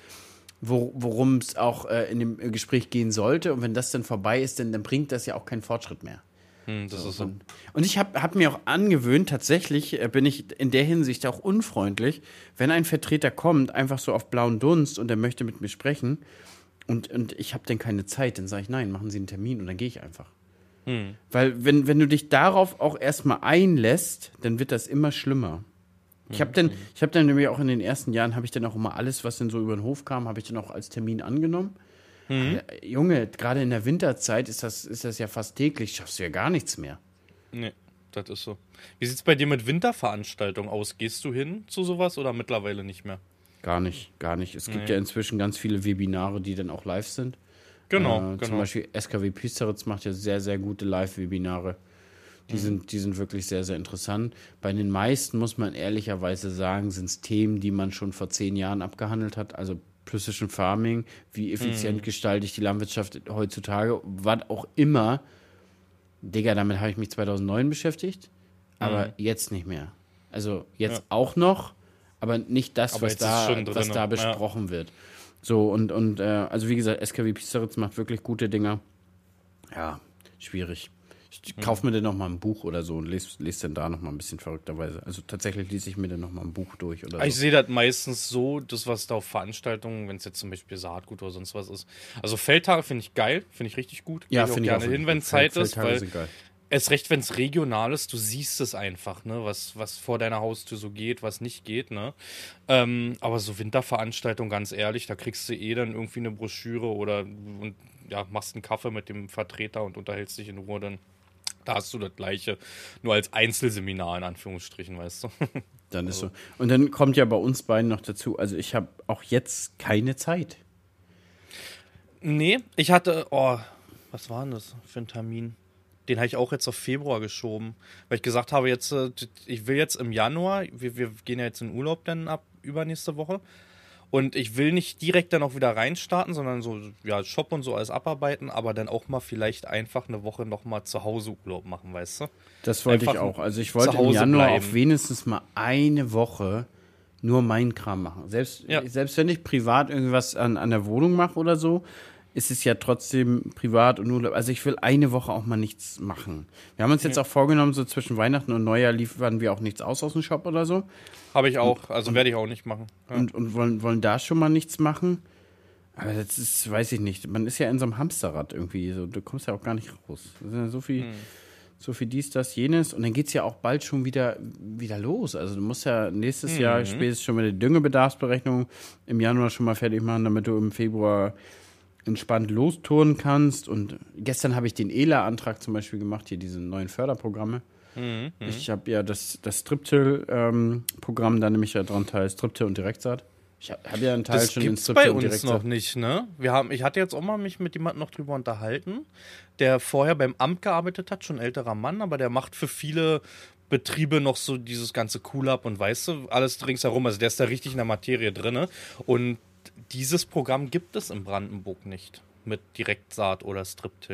worum es auch in dem Gespräch gehen sollte. Und wenn das dann vorbei ist, dann bringt das ja auch keinen Fortschritt mehr. Das ist so. Und ich hab mir auch angewöhnt, tatsächlich bin ich in der Hinsicht auch unfreundlich, wenn ein Vertreter kommt, einfach so auf blauen Dunst und der möchte mit mir sprechen und ich habe dann keine Zeit, dann sage ich, nein, machen Sie einen Termin und dann gehe ich einfach. Weil wenn du dich darauf auch erstmal einlässt, dann wird das immer schlimmer. Ich habe dann nämlich auch in den ersten Jahren, habe ich dann auch immer alles, was dann so über den Hof kam, habe ich dann auch als Termin angenommen. Junge, gerade in der Winterzeit ist das ja fast täglich, schaffst du ja gar nichts mehr. Nee, das ist so. Wie sieht's bei dir mit Winterveranstaltungen aus? Gehst du hin zu sowas oder mittlerweile nicht mehr? Gar nicht. Es gibt ja inzwischen ganz viele Webinare, die dann auch live sind. Genau. Zum Beispiel SKW Piesteritz macht ja sehr, sehr gute Live-Webinare. Die sind wirklich sehr, sehr interessant. Bei den meisten, muss man ehrlicherweise sagen, sind es Themen, die man schon vor 10 Jahren abgehandelt hat. Also Precision Farming, wie effizient gestalte ich die Landwirtschaft heutzutage, was auch immer. Digga, damit habe ich mich 2009 beschäftigt, aber jetzt nicht mehr. Also jetzt auch noch, aber nicht das, aber was da besprochen wird. So, also wie gesagt, SKW Piesteritz macht wirklich gute Dinger. Ja, schwierig. Ich kaufe mir dann noch mal ein Buch oder so und lese dann da noch mal ein bisschen verrückterweise. Also tatsächlich lese ich mir dann noch mal ein Buch durch oder so. Ich sehe das meistens so, das was da auf Veranstaltungen, wenn es jetzt zum Beispiel Saatgut oder sonst was ist. Also Feldtage finde ich geil, finde ich richtig gut. Ja, finde ich auch gerne hin, wenn Zeit ist, weil sind geil. erst recht, wenn es regional ist, du siehst es einfach, ne, was vor deiner Haustür so geht, was nicht geht, ne. Aber so Winterveranstaltungen, ganz ehrlich, da kriegst du dann irgendwie eine Broschüre oder machst einen Kaffee mit dem Vertreter und unterhältst dich in Ruhe, dann da hast du das Gleiche, nur als Einzelseminar in Anführungsstrichen, weißt du. Dann ist so. Und dann kommt ja bei uns beiden noch dazu, also ich habe auch jetzt keine Zeit. Nee, ich hatte, was war denn das für ein Termin? Den habe ich auch jetzt auf Februar geschoben, weil ich gesagt habe, jetzt, ich will jetzt im Januar, wir gehen ja jetzt in Urlaub dann ab übernächste Woche und ich will nicht direkt dann auch wieder reinstarten, sondern so, ja, Shop und so alles abarbeiten, aber dann auch mal vielleicht einfach eine Woche nochmal zu Hause Urlaub machen, weißt du? Das wollte ich auch. Also ich wollte im Januar auf wenigstens mal eine Woche nur meinen Kram machen. Selbst wenn ich privat irgendwas an der Wohnung mache oder so, ist es ja trotzdem privat und Urlaub. Also ich will eine Woche auch mal nichts machen. Wir haben uns jetzt auch vorgenommen, so zwischen Weihnachten und Neujahr liefern wir auch nichts aus dem Shop oder so. Habe ich auch, also werde ich auch nicht machen. Ja. Und wollen da schon mal nichts machen. Aber das ist, weiß ich nicht, man ist ja in so einem Hamsterrad irgendwie, so, du kommst ja auch gar nicht raus. Das ist ja so viel dies, das, jenes. Und dann geht es ja auch bald schon wieder los. Also du musst ja nächstes Jahr spätestens schon mit der Düngebedarfsberechnung im Januar schon mal fertig machen, damit du im Februar entspannt lostouren kannst. Und gestern habe ich den ELA-Antrag zum Beispiel gemacht, hier diese neuen Förderprogramme. Ich habe ja das Striptil-Programm da nämlich ja dran teil, Striptil und Direktsaat. Ich habe ja einen Teil das schon in gibt's Striptil bei und uns Direktsaat. noch nicht, ne? Ich hatte jetzt auch mal mich mit jemandem noch drüber unterhalten, der vorher beim Amt gearbeitet hat, schon ein älterer Mann, aber der macht für viele Betriebe noch so dieses ganze Cool-Up und weißt du, alles ringsherum. Also der ist da richtig in der Materie drin. Und dieses Programm gibt es in Brandenburg nicht mit Direktsaat oder Striptil.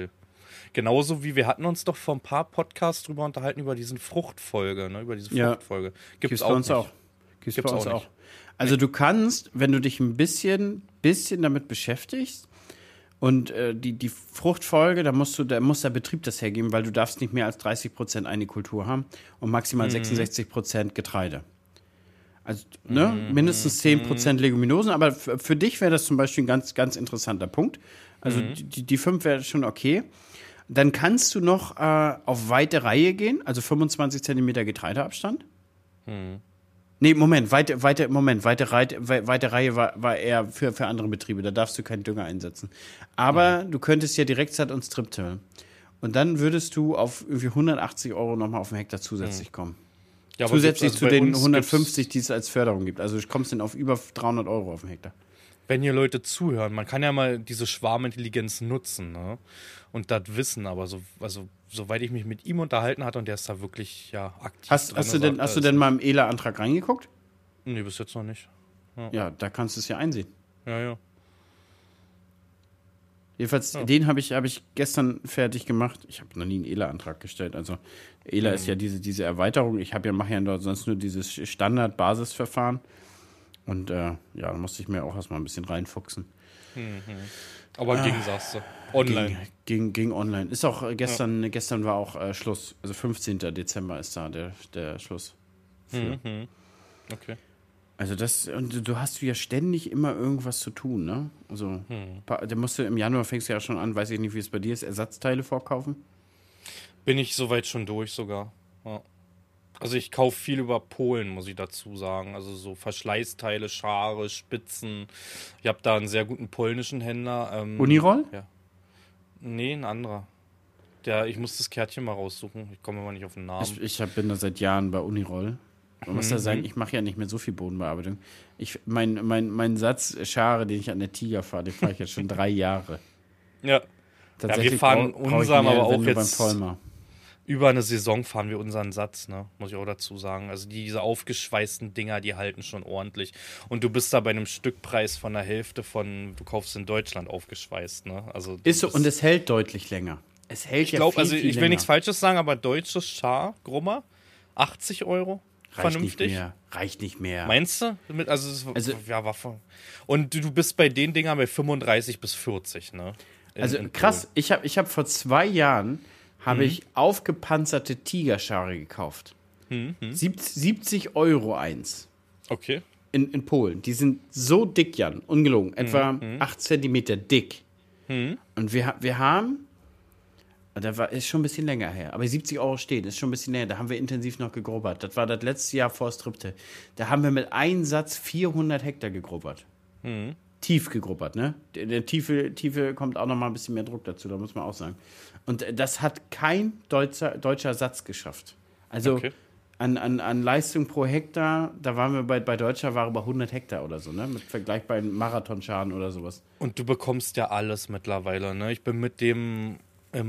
Genauso wie wir hatten uns doch vor ein paar Podcasts drüber unterhalten, über diesen Fruchtfolge, ne? Über diese Fruchtfolge. Gibt's bei uns auch. Gibt's bei uns auch. Also du kannst, wenn du dich ein bisschen damit beschäftigst und die Fruchtfolge, da muss der Betrieb das hergeben, weil du darfst nicht mehr als 30% eine Kultur haben und maximal 66% Getreide. Also mindestens 10% Leguminosen, aber für dich wäre das zum Beispiel ein ganz, ganz interessanter Punkt. Also die 5 wäre schon okay. Dann kannst du noch auf weite Reihe gehen, also 25 Zentimeter Getreideabstand. Nee, Moment, weite Reihe war eher für andere Betriebe, da darfst du keinen Dünger einsetzen. Aber du könntest ja Direktsaat und Striptill. Und dann würdest du auf irgendwie 180 € nochmal auf den Hektar zusätzlich kommen. Ja, zusätzlich zu den 150, die es als Förderung gibt. Also du kommst dann auf über 300 € auf den Hektar. Wenn hier Leute zuhören, man kann ja mal diese Schwarmintelligenz nutzen, ne? Und das wissen, aber soweit ich mich mit ihm unterhalten hatte, und der ist da wirklich aktiv. Hast du denn mal im ELA-Antrag reingeguckt? Nee, bis jetzt noch nicht. Ja, da kannst du es ja einsehen. Ja. Jedenfalls, den habe ich gestern fertig gemacht. Ich habe noch nie einen ELA-Antrag gestellt. Also ELA ist ja diese Erweiterung. Ich mache ja dort sonst nur dieses Standard-Basisverfahren. Und da musste ich mir auch erstmal ein bisschen reinfuchsen. Aber ging, sagst du. Online. Ging online. Ist auch gestern war auch Schluss. Also 15. Dezember ist da der Schluss. Für. Okay. Also und du hast ja ständig immer irgendwas zu tun, ne? Also im Januar fängst du ja schon an, weiß ich nicht, wie es bei dir ist, Ersatzteile vorkaufen? Bin ich soweit schon durch sogar. Ja. Also ich kaufe viel über Polen, muss ich dazu sagen. Also so Verschleißteile, Schare, Spitzen. Ich habe da einen sehr guten polnischen Händler. Uniroll? Ja. Nee, ein anderer. Ich muss das Kärtchen mal raussuchen. Ich komme immer nicht auf den Namen. Ich bin da seit Jahren bei Uniroll. Man muss da sagen, ich mache ja nicht mehr so viel Bodenbearbeitung. Mein Satz Schare, den ich an der Tiger fahre, den fahre ich jetzt schon 3 Jahre. Ja. Tatsächlich wir fahren unseren aber auch jetzt beim Vollmer. Über eine Saison fahren wir unseren Satz, ne? Muss ich auch dazu sagen. Also diese aufgeschweißten Dinger, die halten schon ordentlich. Und du bist da bei einem Stückpreis von der Hälfte du kaufst in Deutschland aufgeschweißt, ne? Also ist so, und es hält deutlich länger. Es hält viel ich will nichts Falsches sagen, aber deutsches Schar, Grummer, 80 €. Vernünftig. Reicht nicht mehr. Meinst du? War voll. Und du bist bei den Dingern bei 35 bis 40, ne? Krass, ich hab vor 2 Jahren ich aufgepanzerte Tigerschare gekauft. 70 € eins. Okay. In Polen. Die sind so dick, Jan, ungelogen. Etwa 8 Zentimeter dick. Und wir haben, ist schon ein bisschen länger her, aber 70 € stehen, ist schon ein bisschen länger. Da haben wir intensiv noch gegrubbert. Das war das letzte Jahr vor Stripte. Da haben wir mit einem Satz 400 Hektar gegrubbert. Tief gegrubbert, ne? Der Tiefe kommt auch noch mal ein bisschen mehr Druck dazu, da muss man auch sagen. Und das hat kein deutscher Satz geschafft. Also an Leistung pro Hektar, da waren wir bei Deutscher Ware bei 100 Hektar oder so, ne? Mit vergleichbaren Marathonscharen oder sowas. Und du bekommst ja alles mittlerweile, ne? Ich bin mit dem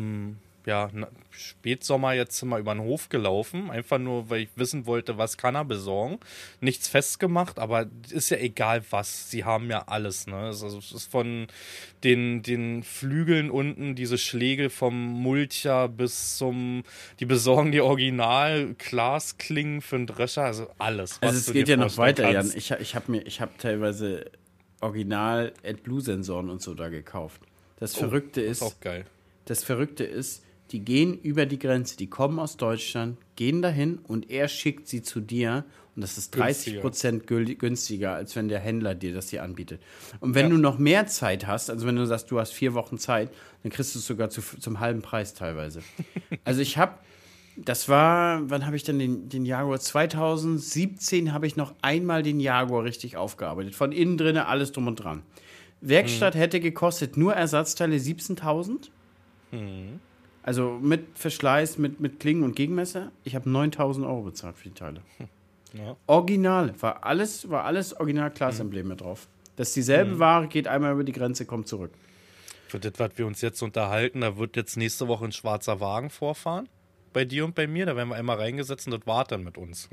Spätsommer jetzt mal über den Hof gelaufen, einfach nur, weil ich wissen wollte, was kann er besorgen. Nichts festgemacht, aber ist ja egal was, sie haben ja alles, ne? Also es ist von den Flügeln unten, diese Schlägel vom Mulcher bis die besorgen die Original-Glasklingen für einen Drescher, also alles. Also es geht ja noch weiter, Jan. Ich hab teilweise Original AdBlue-Sensoren und so da gekauft. Das Verrückte ist auch geil. Das Verrückte ist, die gehen über die Grenze, die kommen aus Deutschland, gehen dahin und er schickt sie zu dir und das ist 30% günstiger, als wenn der Händler dir das hier anbietet. Und wenn du noch mehr Zeit hast, also wenn du sagst, du hast 4 Wochen Zeit, dann kriegst du es sogar zum halben Preis teilweise. Also wann habe ich denn den Jaguar? 2017 habe ich noch einmal den Jaguar richtig aufgearbeitet. Von innen drinne alles drum und dran. Werkstatt hätte gekostet nur Ersatzteile 17.000. Also mit Verschleiß, mit Klingen und Gegenmesser. Ich habe 9.000 € bezahlt für die Teile. Ja. Original, war alles Original-Class-Embleme drauf. Das ist dieselbe Ware, geht einmal über die Grenze, kommt zurück. Für das, was wir uns jetzt unterhalten, da wird jetzt nächste Woche ein schwarzer Wagen vorfahren. Bei dir und bei mir, da werden wir einmal reingesetzt und das wartet dann mit uns.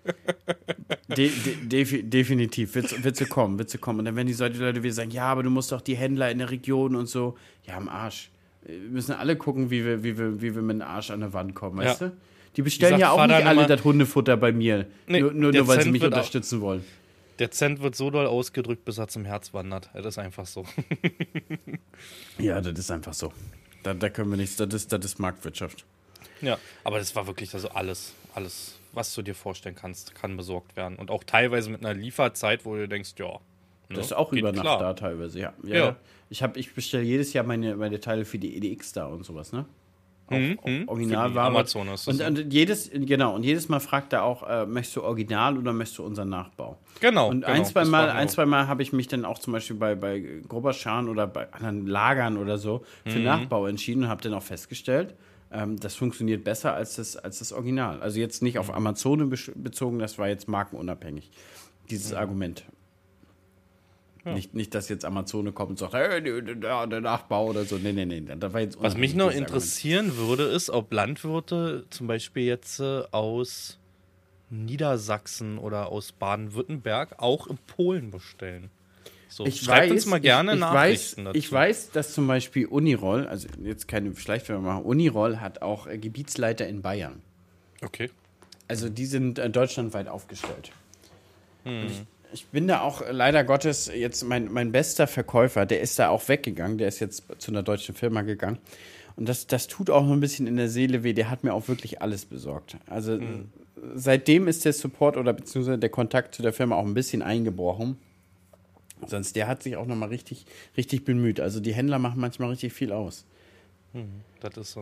Definitiv, wird sie kommen. Und dann werden die Leute wieder sagen, ja, aber du musst doch die Händler in der Region und so. Ja, am Arsch. Wir müssen alle gucken, wie wir mit dem Arsch an der Wand kommen, weißt Ja. du? Die bestellen ja auch nicht alle das Hundefutter bei mir, Nee, nur der weil sie Cent mich wird auch- unterstützen wollen. Der Cent wird so doll ausgedrückt, bis er zum Herz wandert. Das ist einfach so. Ja, das ist einfach so. Da können wir nichts, das ist Marktwirtschaft. Ja, aber das war wirklich, also alles, was du dir vorstellen kannst, kann besorgt werden. Und auch teilweise mit einer Lieferzeit, wo du denkst, ja. Ne, Das ist auch geht über Nacht klar. da teilweise, ja. Ja. Ich bestelle jedes Jahr meine Teile für die EDX da und sowas, ne? Auch Für Originalware. die Amazon ist das Und jedes Mal fragt er auch, möchtest du Original oder möchtest du unseren Nachbau? Genau. Und genau, ein, zwei das Mal, machen wir auch. zwei Mal habe ich mich dann auch zum Beispiel bei Groberschan oder bei anderen Lagern oder so für Nachbau entschieden und habe dann auch festgestellt, das funktioniert besser als das Original. Also jetzt nicht auf Amazon bezogen, das war jetzt markenunabhängig, dieses Argument. Ja. Nicht, dass jetzt Amazon kommt und sagt, hey, der Nachbau oder so. Nee. Das war jetzt Was mich unabhängig, noch dieses interessieren würde, ist, ob Landwirte zum Beispiel jetzt aus Niedersachsen oder aus Baden-Württemberg auch in Polen bestellen. So, schreibt uns mal gerne Nachrichten dazu. Ich weiß, dass zum Beispiel Uniroll, also jetzt keine Schleichwerbung machen, Uniroll hat auch Gebietsleiter in Bayern. Okay. Also die sind deutschlandweit aufgestellt. Und ich bin da auch leider Gottes jetzt mein bester Verkäufer, der ist da auch weggegangen, der ist jetzt zu einer deutschen Firma gegangen. Und das tut auch so ein bisschen in der Seele weh, der hat mir auch wirklich alles besorgt. Also seitdem ist der Support oder beziehungsweise der Kontakt zu der Firma auch ein bisschen eingebrochen. Sonst der hat sich auch nochmal richtig, richtig bemüht. Also die Händler machen manchmal richtig viel aus. Das ist so.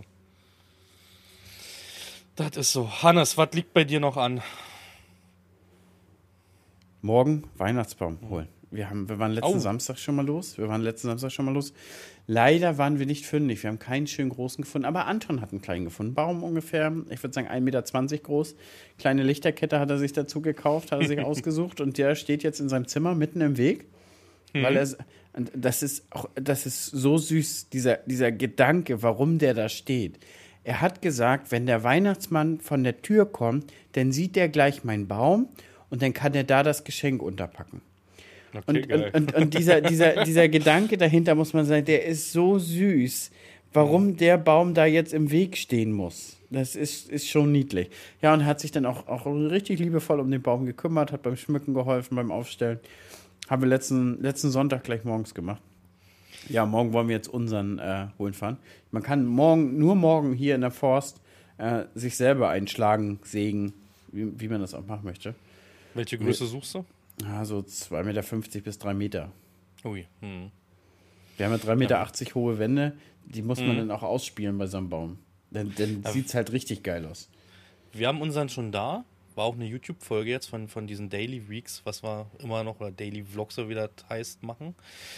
Das ist so. Hannes, was liegt bei dir noch an? Morgen Weihnachtsbaum holen. Wir waren letzten Samstag schon mal los. Leider waren wir nicht fündig. Wir haben keinen schönen großen gefunden. Aber Anton hat einen kleinen gefunden. Baum ungefähr, ich würde sagen 1,20 Meter groß. Kleine Lichterkette hat er sich dazu gekauft, hat er sich ausgesucht. Und der steht jetzt in seinem Zimmer mitten im Weg. Weil das ist so süß, dieser Gedanke, warum der da steht. Er hat gesagt, wenn der Weihnachtsmann von der Tür kommt, dann sieht er gleich meinen Baum und dann kann er da das Geschenk unterpacken. Okay, Und dieser Gedanke dahinter, muss man sagen, der ist so süß, warum der Baum da jetzt im Weg stehen muss. Das ist schon niedlich. Ja, und hat sich dann auch richtig liebevoll um den Baum gekümmert, hat beim Schmücken geholfen, beim Aufstellen. Haben wir letzten Sonntag gleich morgens gemacht. Ja, morgen wollen wir jetzt unseren holen fahren. Man kann nur morgen hier in der Forst sich selber einschlagen, sägen, wie man das auch machen möchte. Welche Größe suchst du? Ja, so 2,50 Meter bis 3 Meter. Ui. Wir haben ja 3,80 Meter hohe Wände, die muss man dann auch ausspielen bei so einem Baum. Dann sieht es halt richtig geil aus. Wir haben unseren schon da. War auch eine YouTube-Folge jetzt von diesen Daily Weeks, was wir immer noch, oder Daily Vlogs, so wie das heißt, machen.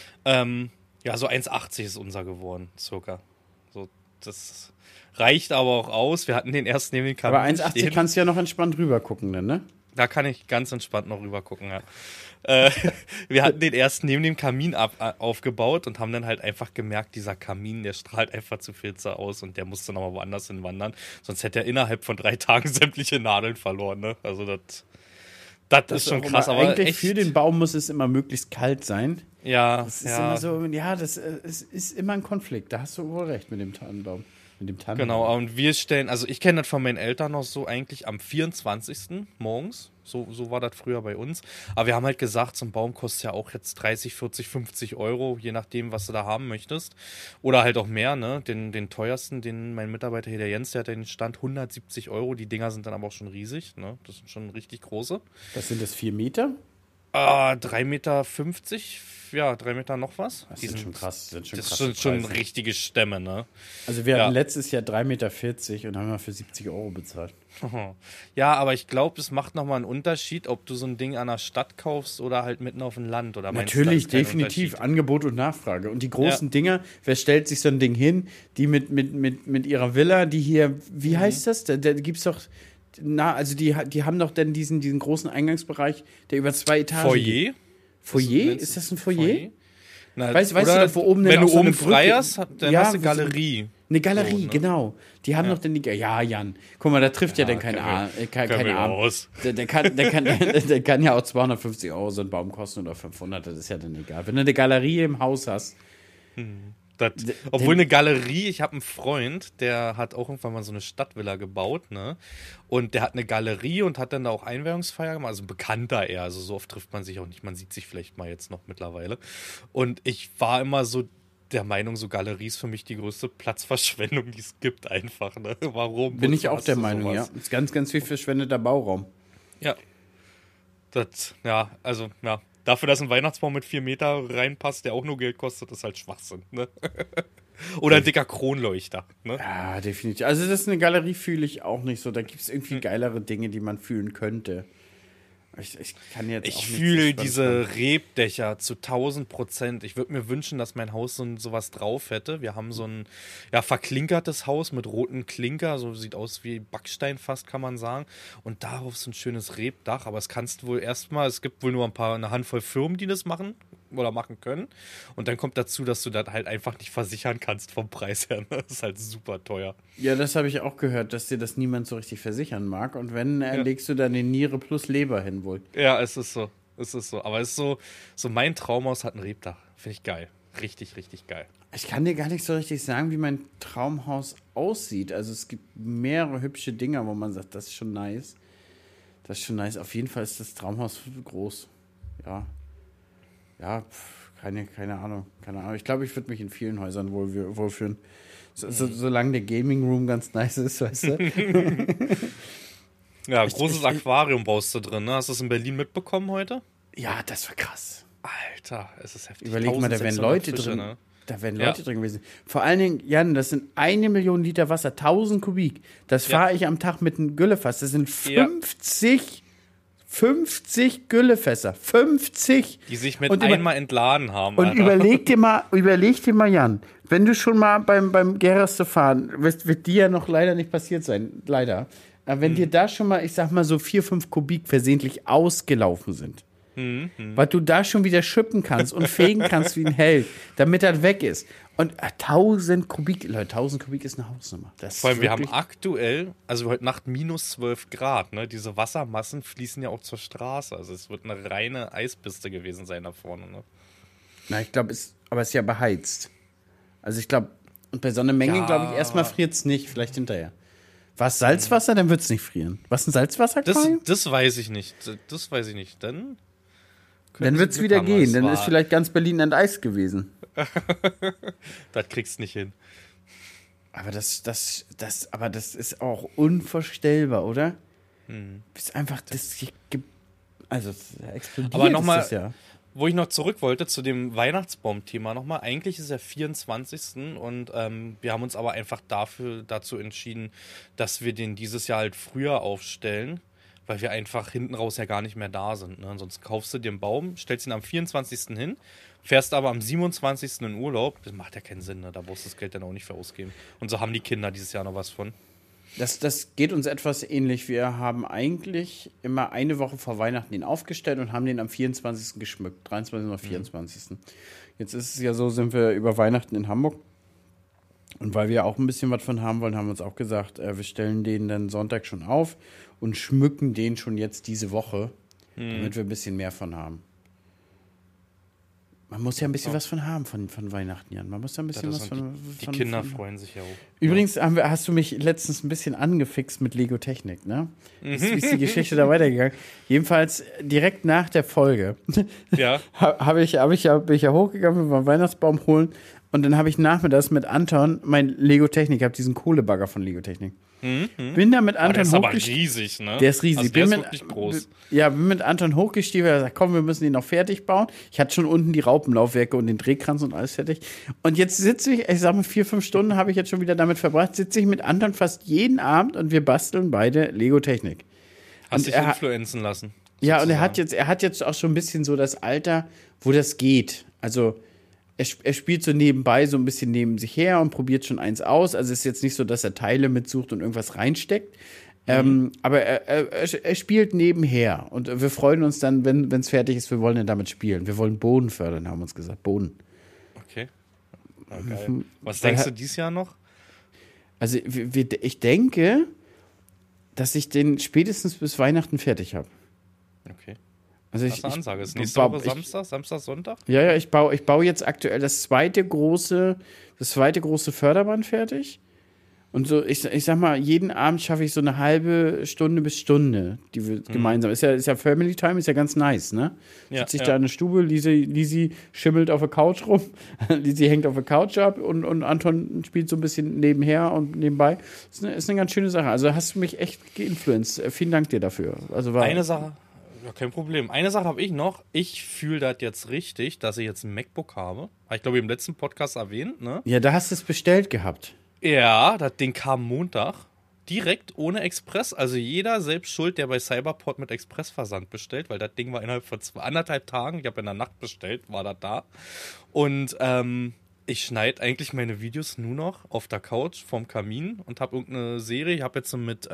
Ja, so 1,80 ist unser geworden, circa. So, das reicht aber auch aus. Wir hatten den erst neben dem Kamin Aber 1,80 kannst du ja noch entspannt rüber gucken, dann, ne? Da kann ich ganz entspannt noch rüber gucken, ja. Wir hatten den erst neben dem Kamin aufgebaut und haben dann halt einfach gemerkt, dieser Kamin, der strahlt einfach zu viel aus und der musste nochmal woanders hinwandern. Sonst hätte er innerhalb von 3 Tagen sämtliche Nadeln verloren, ne? Also das ist schon krass. Aber eigentlich echt, für den Baum muss es immer möglichst kalt sein. ja, Das ist immer so, es ist immer ein Konflikt. Da hast du wohl recht mit dem Tannenbaum. Genau, und wir stellen, also ich kenne das von meinen Eltern noch so eigentlich am 24. morgens. So war das früher bei uns. Aber wir haben halt gesagt, so ein Baum kostet ja auch jetzt 30, 40, 50 Euro, je nachdem, was du da haben möchtest. Oder halt auch mehr, ne? Den teuersten, mein Mitarbeiter hier, der Jens, der hat den Stand 170 Euro. Die Dinger sind dann aber auch schon riesig, ne? Das sind schon richtig große. Was sind das, 4 Meter? 3,50 Meter, ja, 3 Meter noch was. Das sind schon krass. Das sind schon richtige Stämme, ne? Also wir hatten letztes Jahr 3,40 Meter und haben wir für 70 Euro bezahlt. Ja, aber ich glaube, es macht nochmal einen Unterschied, ob du so ein Ding an der Stadt kaufst oder halt mitten auf dem Land. Oder natürlich, definitiv. Angebot und Nachfrage. Und die großen Dinger, wer stellt sich so ein Ding hin? Die mit ihrer Villa, die hier, wie heißt das? Da gibt's doch, also die haben doch dann diesen großen Eingangsbereich, der über 2 Etagen Foyer? Foyer? Ist das ein Foyer? Na, weißt du, wo oben wenn du so oben eine Brücke, frei hast, dann hast du Galerie. Eine Galerie, So, ne? genau. Die haben noch dann ja, Jan. Guck mal, da trifft ja dann kein Arm. Der kann ja auch 250 Euro so ein Baum kosten oder 500, das ist ja dann egal. Wenn du eine Galerie im Haus hast, Obwohl eine Galerie, ich habe einen Freund, der hat auch irgendwann mal so eine Stadtvilla gebaut, ne? Und der hat eine Galerie und hat dann da auch Einweihungsfeier gemacht, also ein Bekannter eher, also so oft trifft man sich auch nicht, man sieht sich vielleicht mal jetzt noch mittlerweile. Und ich war immer so der Meinung, so Galerie ist für mich die größte Platzverschwendung, die es gibt einfach, ne? Warum? Bin ich auch der Meinung, sowas? ja. Ist ganz, ganz viel verschwendeter Bauraum. Ja. Dafür, dass ein Weihnachtsbaum mit 4 Meter reinpasst, der auch nur Geld kostet, ist halt Schwachsinn, ne? Oder ein dicker Kronleuchter, ne? Ja, definitiv. Also das ist eine Galerie, fühle ich auch nicht so. Da gibt es irgendwie geilere Dinge, die man fühlen könnte. Ich kann jetzt auch Ich nicht fühle so diese Rebdächer zu 1000%. Ich würde mir wünschen, dass mein Haus sowas drauf hätte. Wir haben so ein verklinkertes Haus mit roten Klinker, so sieht aus wie Backstein fast, kann man sagen. Und darauf so ein schönes Rebdach. Aber es gibt wohl nur eine Handvoll Firmen, die das machen oder machen können. Und dann kommt dazu, dass du das halt einfach nicht versichern kannst vom Preis her. Das ist halt super teuer. Ja, das habe ich auch gehört, dass dir das niemand so richtig versichern mag. Und wenn, legst du dann die Niere plus Leber hin wohl. Ja, es ist so. Aber es ist so mein Traumhaus hat ein Rebdach. Finde ich geil. Richtig, richtig geil. Ich kann dir gar nicht so richtig sagen, wie mein Traumhaus aussieht. Also es gibt mehrere hübsche Dinger, wo man sagt, das ist schon nice. Das ist schon nice. Auf jeden Fall ist das Traumhaus groß. Ja. Ja, keine Ahnung. Ich glaube, ich würde mich in vielen Häusern wohlfühlen. Solange der Gaming Room ganz nice ist, weißt du? Ja, großes Aquarium baust du drin, ne? Hast du das in Berlin mitbekommen heute? Ja, das war krass. Alter, es ist heftig. Überleg mal, da wären Leute Fische, drin. Ne? Da wären Leute drin gewesen. Vor allen Dingen, Jan, das sind 1 Million Liter Wasser, 1000 Kubik. Das fahre ich am Tag mit einem Güllefass. Das sind 50 Güllefässer. 50! Die sich mit einmal entladen haben. Und überleg dir mal, Jan, wenn du schon mal beim Geraste fahren, wird dir ja noch leider nicht passiert sein, leider. Aber wenn dir da schon mal, ich sag mal so 4, 5 Kubik versehentlich ausgelaufen sind, weil du da schon wieder schippen kannst und fegen kannst wie ein Held, damit das weg ist. Und 1000 Kubik, Leute, 1000 Kubik ist eine Hausnummer. Vor allem, wir haben aktuell, also heute Nacht minus 12 Grad, ne? Diese Wassermassen fließen ja auch zur Straße. Also es wird eine reine Eispiste gewesen sein da vorne, ne? Na, ich glaube, aber es ist ja beheizt. Also ich glaube, und bei so einer Menge, glaube ich, erstmal friert es nicht, vielleicht hinterher. War es Salzwasser, dann wird es nicht frieren. Was ein Salzwasser? Das weiß ich nicht. Dann wird es wieder gehen. Dann ist vielleicht ganz Berlin enteist gewesen. Das kriegst du nicht hin. Aber das ist auch unvorstellbar, oder? Das ist einfach, also explodiert. Aber nochmal, ist das ja. Wo ich noch zurück wollte zu dem Weihnachtsbaum-Thema nochmal. Eigentlich ist er 24. Und wir haben uns aber einfach dazu entschieden, dass wir den dieses Jahr halt früher aufstellen, weil wir einfach hinten raus ja gar nicht mehr da sind. Ne? Ansonsten kaufst du dir einen Baum, stellst ihn am 24. hin, fährst aber am 27. in Urlaub. Das macht ja keinen Sinn, ne? Da brauchst du das Geld dann auch nicht für ausgeben. Und so haben die Kinder dieses Jahr noch was von. Das geht uns etwas ähnlich. Wir haben eigentlich immer eine Woche vor Weihnachten ihn aufgestellt und haben den am 24. geschmückt. 23. oder 24. Jetzt ist es ja so, sind wir über Weihnachten in Hamburg. Und weil wir auch ein bisschen was von haben wollen, haben wir uns auch gesagt, wir stellen den dann Sonntag schon auf und schmücken den schon jetzt diese Woche, damit wir ein bisschen mehr von haben. Man muss ja ein bisschen was von haben von Weihnachten, Jan. Man muss da ein bisschen was von. Die Kinder freuen sich ja auch. Übrigens hast du mich letztens ein bisschen angefixt mit Lego Technik, ne? Wie ist die Geschichte da weitergegangen? Jedenfalls direkt nach der Folge Ja. bin ich ja hochgegangen, mit meinem Weihnachtsbaum holen und dann habe ich nachmittags mit Anton mein Lego Technik, ich habe diesen Kohlebagger von Lego Technik. Bin da mit Anton der ist aber riesig, ne? Der ist riesig. Also der ist wirklich groß. Ja, bin mit Anton hochgestiefelt, er sagt, komm, wir müssen ihn noch fertig bauen. Ich hatte schon unten die Raupenlaufwerke und den Drehkranz und alles fertig. Und jetzt sitze ich sag mal 4-5 Stunden habe ich jetzt schon wieder damit verbracht, sitze ich mit Anton fast jeden Abend und wir basteln beide Lego Technik. Hast dich influenzen lassen. Ja, und er hat jetzt auch schon ein bisschen so das Alter, wo das geht. Also er spielt so nebenbei so ein bisschen neben sich her und probiert schon eins aus. Also es ist jetzt nicht so, dass er Teile mitsucht und irgendwas reinsteckt. Aber er spielt nebenher. Und wir freuen uns dann, wenn es fertig ist, wir wollen dann damit spielen. Wir wollen Boden fördern, haben uns gesagt. Boden. Okay. Geil. Was denkst du dieses Jahr noch? Also ich denke, dass ich den spätestens bis Weihnachten fertig habe. Okay. Also Das ist eine Ansage. Ist nächste Woche Samstag, Sonntag? Ja, ich baue jetzt aktuell das zweite große Förderband fertig. Und so, ich sag mal, jeden Abend schaffe ich so eine halbe Stunde bis Stunde, die wir gemeinsam. Ist ja Family Time, ist ja ganz nice, ne? Ja, Sitze ich da in der Stube, Lisi schimmelt auf der Couch rum, Lisi hängt auf der Couch ab und Anton spielt so ein bisschen nebenher und nebenbei. Ist eine ganz schöne Sache. Also hast du mich echt geinfluenced. Vielen Dank dir dafür. Also Eine Sache, ja, kein Problem. Eine Sache habe ich noch. Ich fühle das jetzt richtig, dass ich jetzt ein MacBook habe. Habe ich glaube im letzten Podcast erwähnt, ne? Ja, da hast du es bestellt gehabt. Ja, das Ding kam Montag. Direkt ohne Express. Also jeder selbst schuld, der bei Cyberport mit Expressversand bestellt, weil das Ding war innerhalb von 1,5 Tagen. Ich habe in der Nacht bestellt, war das da. Und ich schneide eigentlich meine Videos nur noch auf der Couch vorm Kamin und habe irgendeine Serie. Ich habe jetzt so mit,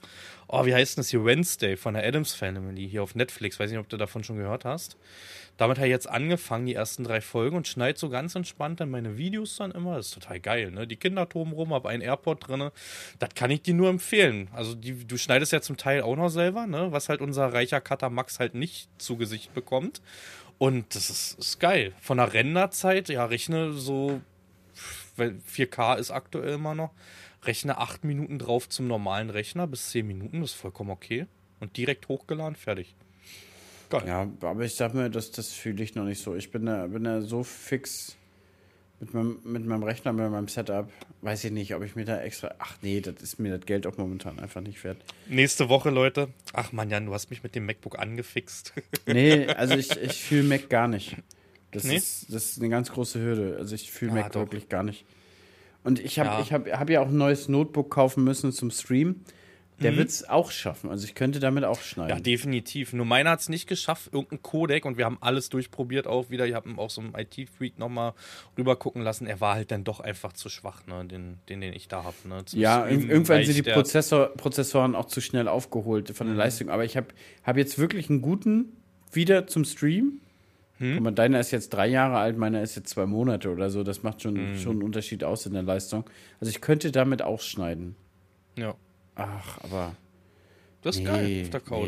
wie heißt das hier? Wednesday von der Addams Family hier auf Netflix. Weiß nicht, ob du davon schon gehört hast. Damit habe ich jetzt angefangen, die ersten 3 Folgen und schneide so ganz entspannt dann meine Videos dann immer. Das ist total geil, ne? Die Kinder toben rum, habe einen AirPod drin. Das kann ich dir nur empfehlen. Also du schneidest ja zum Teil auch noch selber, ne? Was halt unser reicher Cutter Max halt nicht zu Gesicht bekommt. Und das ist geil. Von der Renderzeit, ja, rechne so, weil 4K ist aktuell immer noch, rechne 8 Minuten drauf zum normalen Rechner bis 10 Minuten, das ist vollkommen okay. Und direkt hochgeladen, fertig. Geil. Ja, aber ich sag mir, das fühle ich noch nicht so. Ich bin da so fix mit meinem Rechner, mit meinem Setup. Weiß ich nicht, ob ich mir da extra. Ach nee, das ist mir das Geld auch momentan einfach nicht wert. Nächste Woche, Leute. Ach man, Jan, du hast mich mit dem MacBook angefixt. Nee, also ich fühle Mac gar nicht. Das Nee? ist eine ganz große Hürde. Also ich fühle Ja, Mac doch. wirklich gar nicht. Und ich habe Ja. hab ja auch ein neues Notebook kaufen müssen zum Stream. Der wird es auch schaffen. Also ich könnte damit auch schneiden. Ja, definitiv. Nur meiner hat es nicht geschafft, irgendein Codec, und wir haben alles durchprobiert auch wieder. Ich habe ihn auch so einen IT-Freak nochmal rüber gucken lassen. Er war halt dann doch einfach zu schwach, ne? Den ich da habe. Ne? Ja, irgendwann sind die Prozessoren auch zu schnell aufgeholt von der Leistung. Aber ich hab jetzt wirklich einen guten wieder zum Stream. Guck mal, deiner ist jetzt 3 Jahre alt, meiner ist jetzt 2 Monate oder so. Das macht schon einen Unterschied aus in der Leistung. Also ich könnte damit auch schneiden. Ja, Ach, aber das ist geil auf der Couch.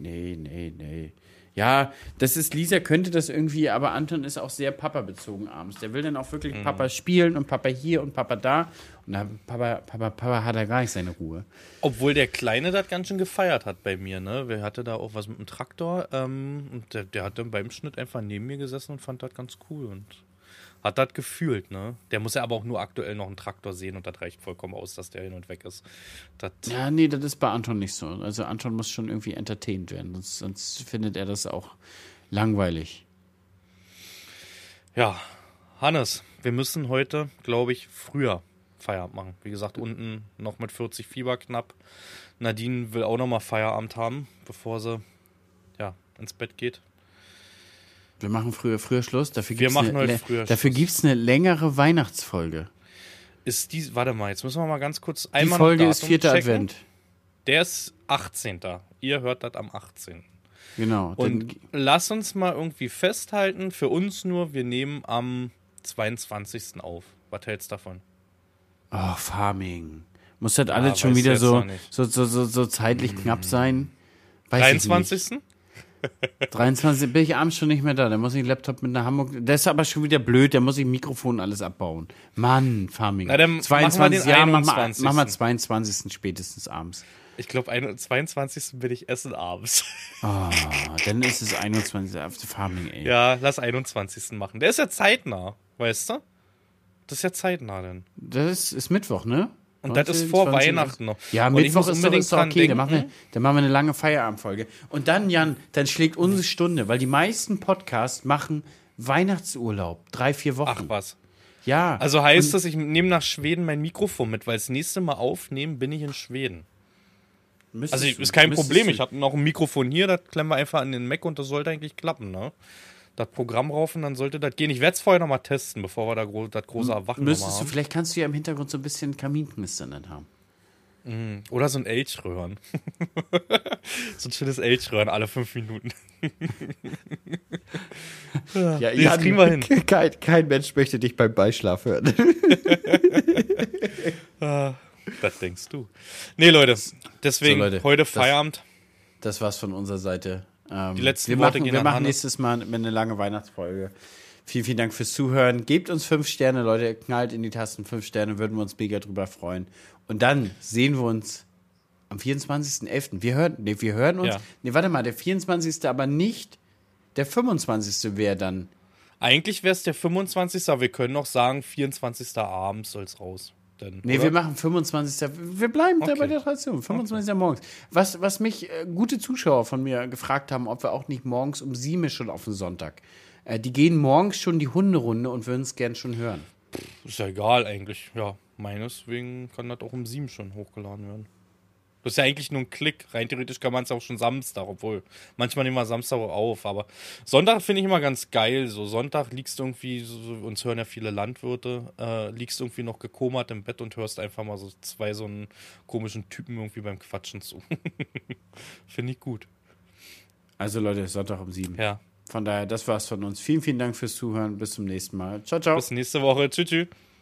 Nee. Ja, Lisa könnte das irgendwie, aber Anton ist auch sehr Papa-bezogen abends. Der will dann auch wirklich Papa spielen und Papa hier und Papa da. Und da Papa hat da gar nicht seine Ruhe. Obwohl der Kleine das ganz schön gefeiert hat bei mir, ne? Wir hatte da auch was mit dem Traktor, und der hat dann beim Schnitt einfach neben mir gesessen und fand das ganz cool und hat das gefühlt, ne? Der muss ja aber auch nur aktuell noch einen Traktor sehen und das reicht vollkommen aus, dass der hin und weg ist. Ja, nee, das ist bei Anton nicht so. Also Anton muss schon irgendwie entertained werden, sonst findet er das auch langweilig. Ja, Hannes, wir müssen heute, glaube ich, früher Feierabend machen. Wie gesagt, unten noch mit 40 Fieber knapp. Nadine will auch noch mal Feierabend haben, bevor sie ins Bett geht. Wir machen früher Schluss. Dafür Wir machen heute früher Dafür Schluss. gibt es eine längere Weihnachtsfolge. Warte mal, jetzt müssen wir mal ganz kurz Die einmal Folge noch ist Datum 4. checken. Advent. Der ist 18. Ihr hört das am 18. Genau. Und lass uns mal irgendwie festhalten, für uns nur, wir nehmen am 22. auf. Was hältst du davon? Farming. Muss das Ja, alles schon weiß wieder jetzt so, noch nicht. so zeitlich knapp sein? Weiß ich 23. nicht. 23. bin ich abends schon nicht mehr da. Da muss ich den Laptop mit nach Hamburg. Das ist aber schon wieder blöd. Da muss ich Mikrofon und alles abbauen. Mann, Farming. Na, dann 22. machen wir den Ja, 21.. mach mal 22. spätestens abends. Ich glaube, 22. bin ich essen abends. Dann ist es 21. Farming, ey. Ja, lass 21. machen. Der ist ja zeitnah, weißt du? Das ist ja zeitnah dann. Das ist Mittwoch, ne? Und das ist vor Weihnachten noch. Ja, Und ich Mittwoch muss ist doch unbedingt dran okay. denken. Dann machen wir eine lange Feierabendfolge. Und dann, Jan, dann schlägt unsere Stunde, weil die meisten Podcasts machen Weihnachtsurlaub. 3-4 Wochen. Ach was. Ja. Also heißt das, ich nehme nach Schweden mein Mikrofon mit, weil das nächste Mal aufnehmen bin ich in Schweden. Also ist kein Problem. Ich habe noch ein Mikrofon hier, das klemmen wir einfach an den Mac und das sollte eigentlich klappen, ne? Das Programm raufen, dann sollte das gehen. Ich werde es vorher noch mal testen, bevor wir da das große Erwachen nochmal haben. Vielleicht kannst du ja im Hintergrund so ein bisschen Kaminknistern dann haben. Oder so ein Elchröhren. So ein schönes Elchröhren alle 5 Minuten. Ja, Nee, das kriegen wir hin. Kein Mensch möchte dich beim Beischlaf hören. Das denkst du. Nee, Leute, deswegen So, Leute, heute das- Feierabend. Das war's von unserer Seite. Die letzten wir Worte machen, gehen wir an machen Hannes. nächstes Mal eine lange Weihnachtsfolge. Vielen, vielen Dank fürs Zuhören. Gebt uns 5 Sterne, Leute. Knallt in die Tasten 5 Sterne. Würden wir uns mega drüber freuen. Und dann sehen wir uns am 24.11. Wir hören uns. Ja. Nee, warte mal. Der 24. aber nicht der 25. wäre dann. Eigentlich wäre es der 25., aber wir können auch sagen, 24. abends soll es raus. Denn, Nee, oder? wir machen 25. Wir bleiben da Okay. bei der Tradition. 25. morgens. Was mich gute Zuschauer von mir gefragt haben, ob wir auch nicht morgens um 7 schon auf den Sonntag. Die gehen morgens schon die Hunderunde und würden es gern schon hören. Ist ja egal eigentlich. Ja, meineswegen kann das auch um 7 schon hochgeladen werden. Das ist ja eigentlich nur ein Klick. Rein theoretisch kann man es auch schon Samstag, obwohl manchmal nehmen wir Samstag auch auf. Aber Sonntag finde ich immer ganz geil. So Sonntag liegst du irgendwie, uns hören ja viele Landwirte, liegst irgendwie noch gekommert im Bett und hörst einfach mal so 2 so einen komischen Typen irgendwie beim Quatschen zu. Finde ich gut. Also Leute, Sonntag um 7. Ja. Von daher, das war's von uns. Vielen, vielen Dank fürs Zuhören. Bis zum nächsten Mal. Ciao, ciao. Bis nächste Woche. Tschüss. Tschüss.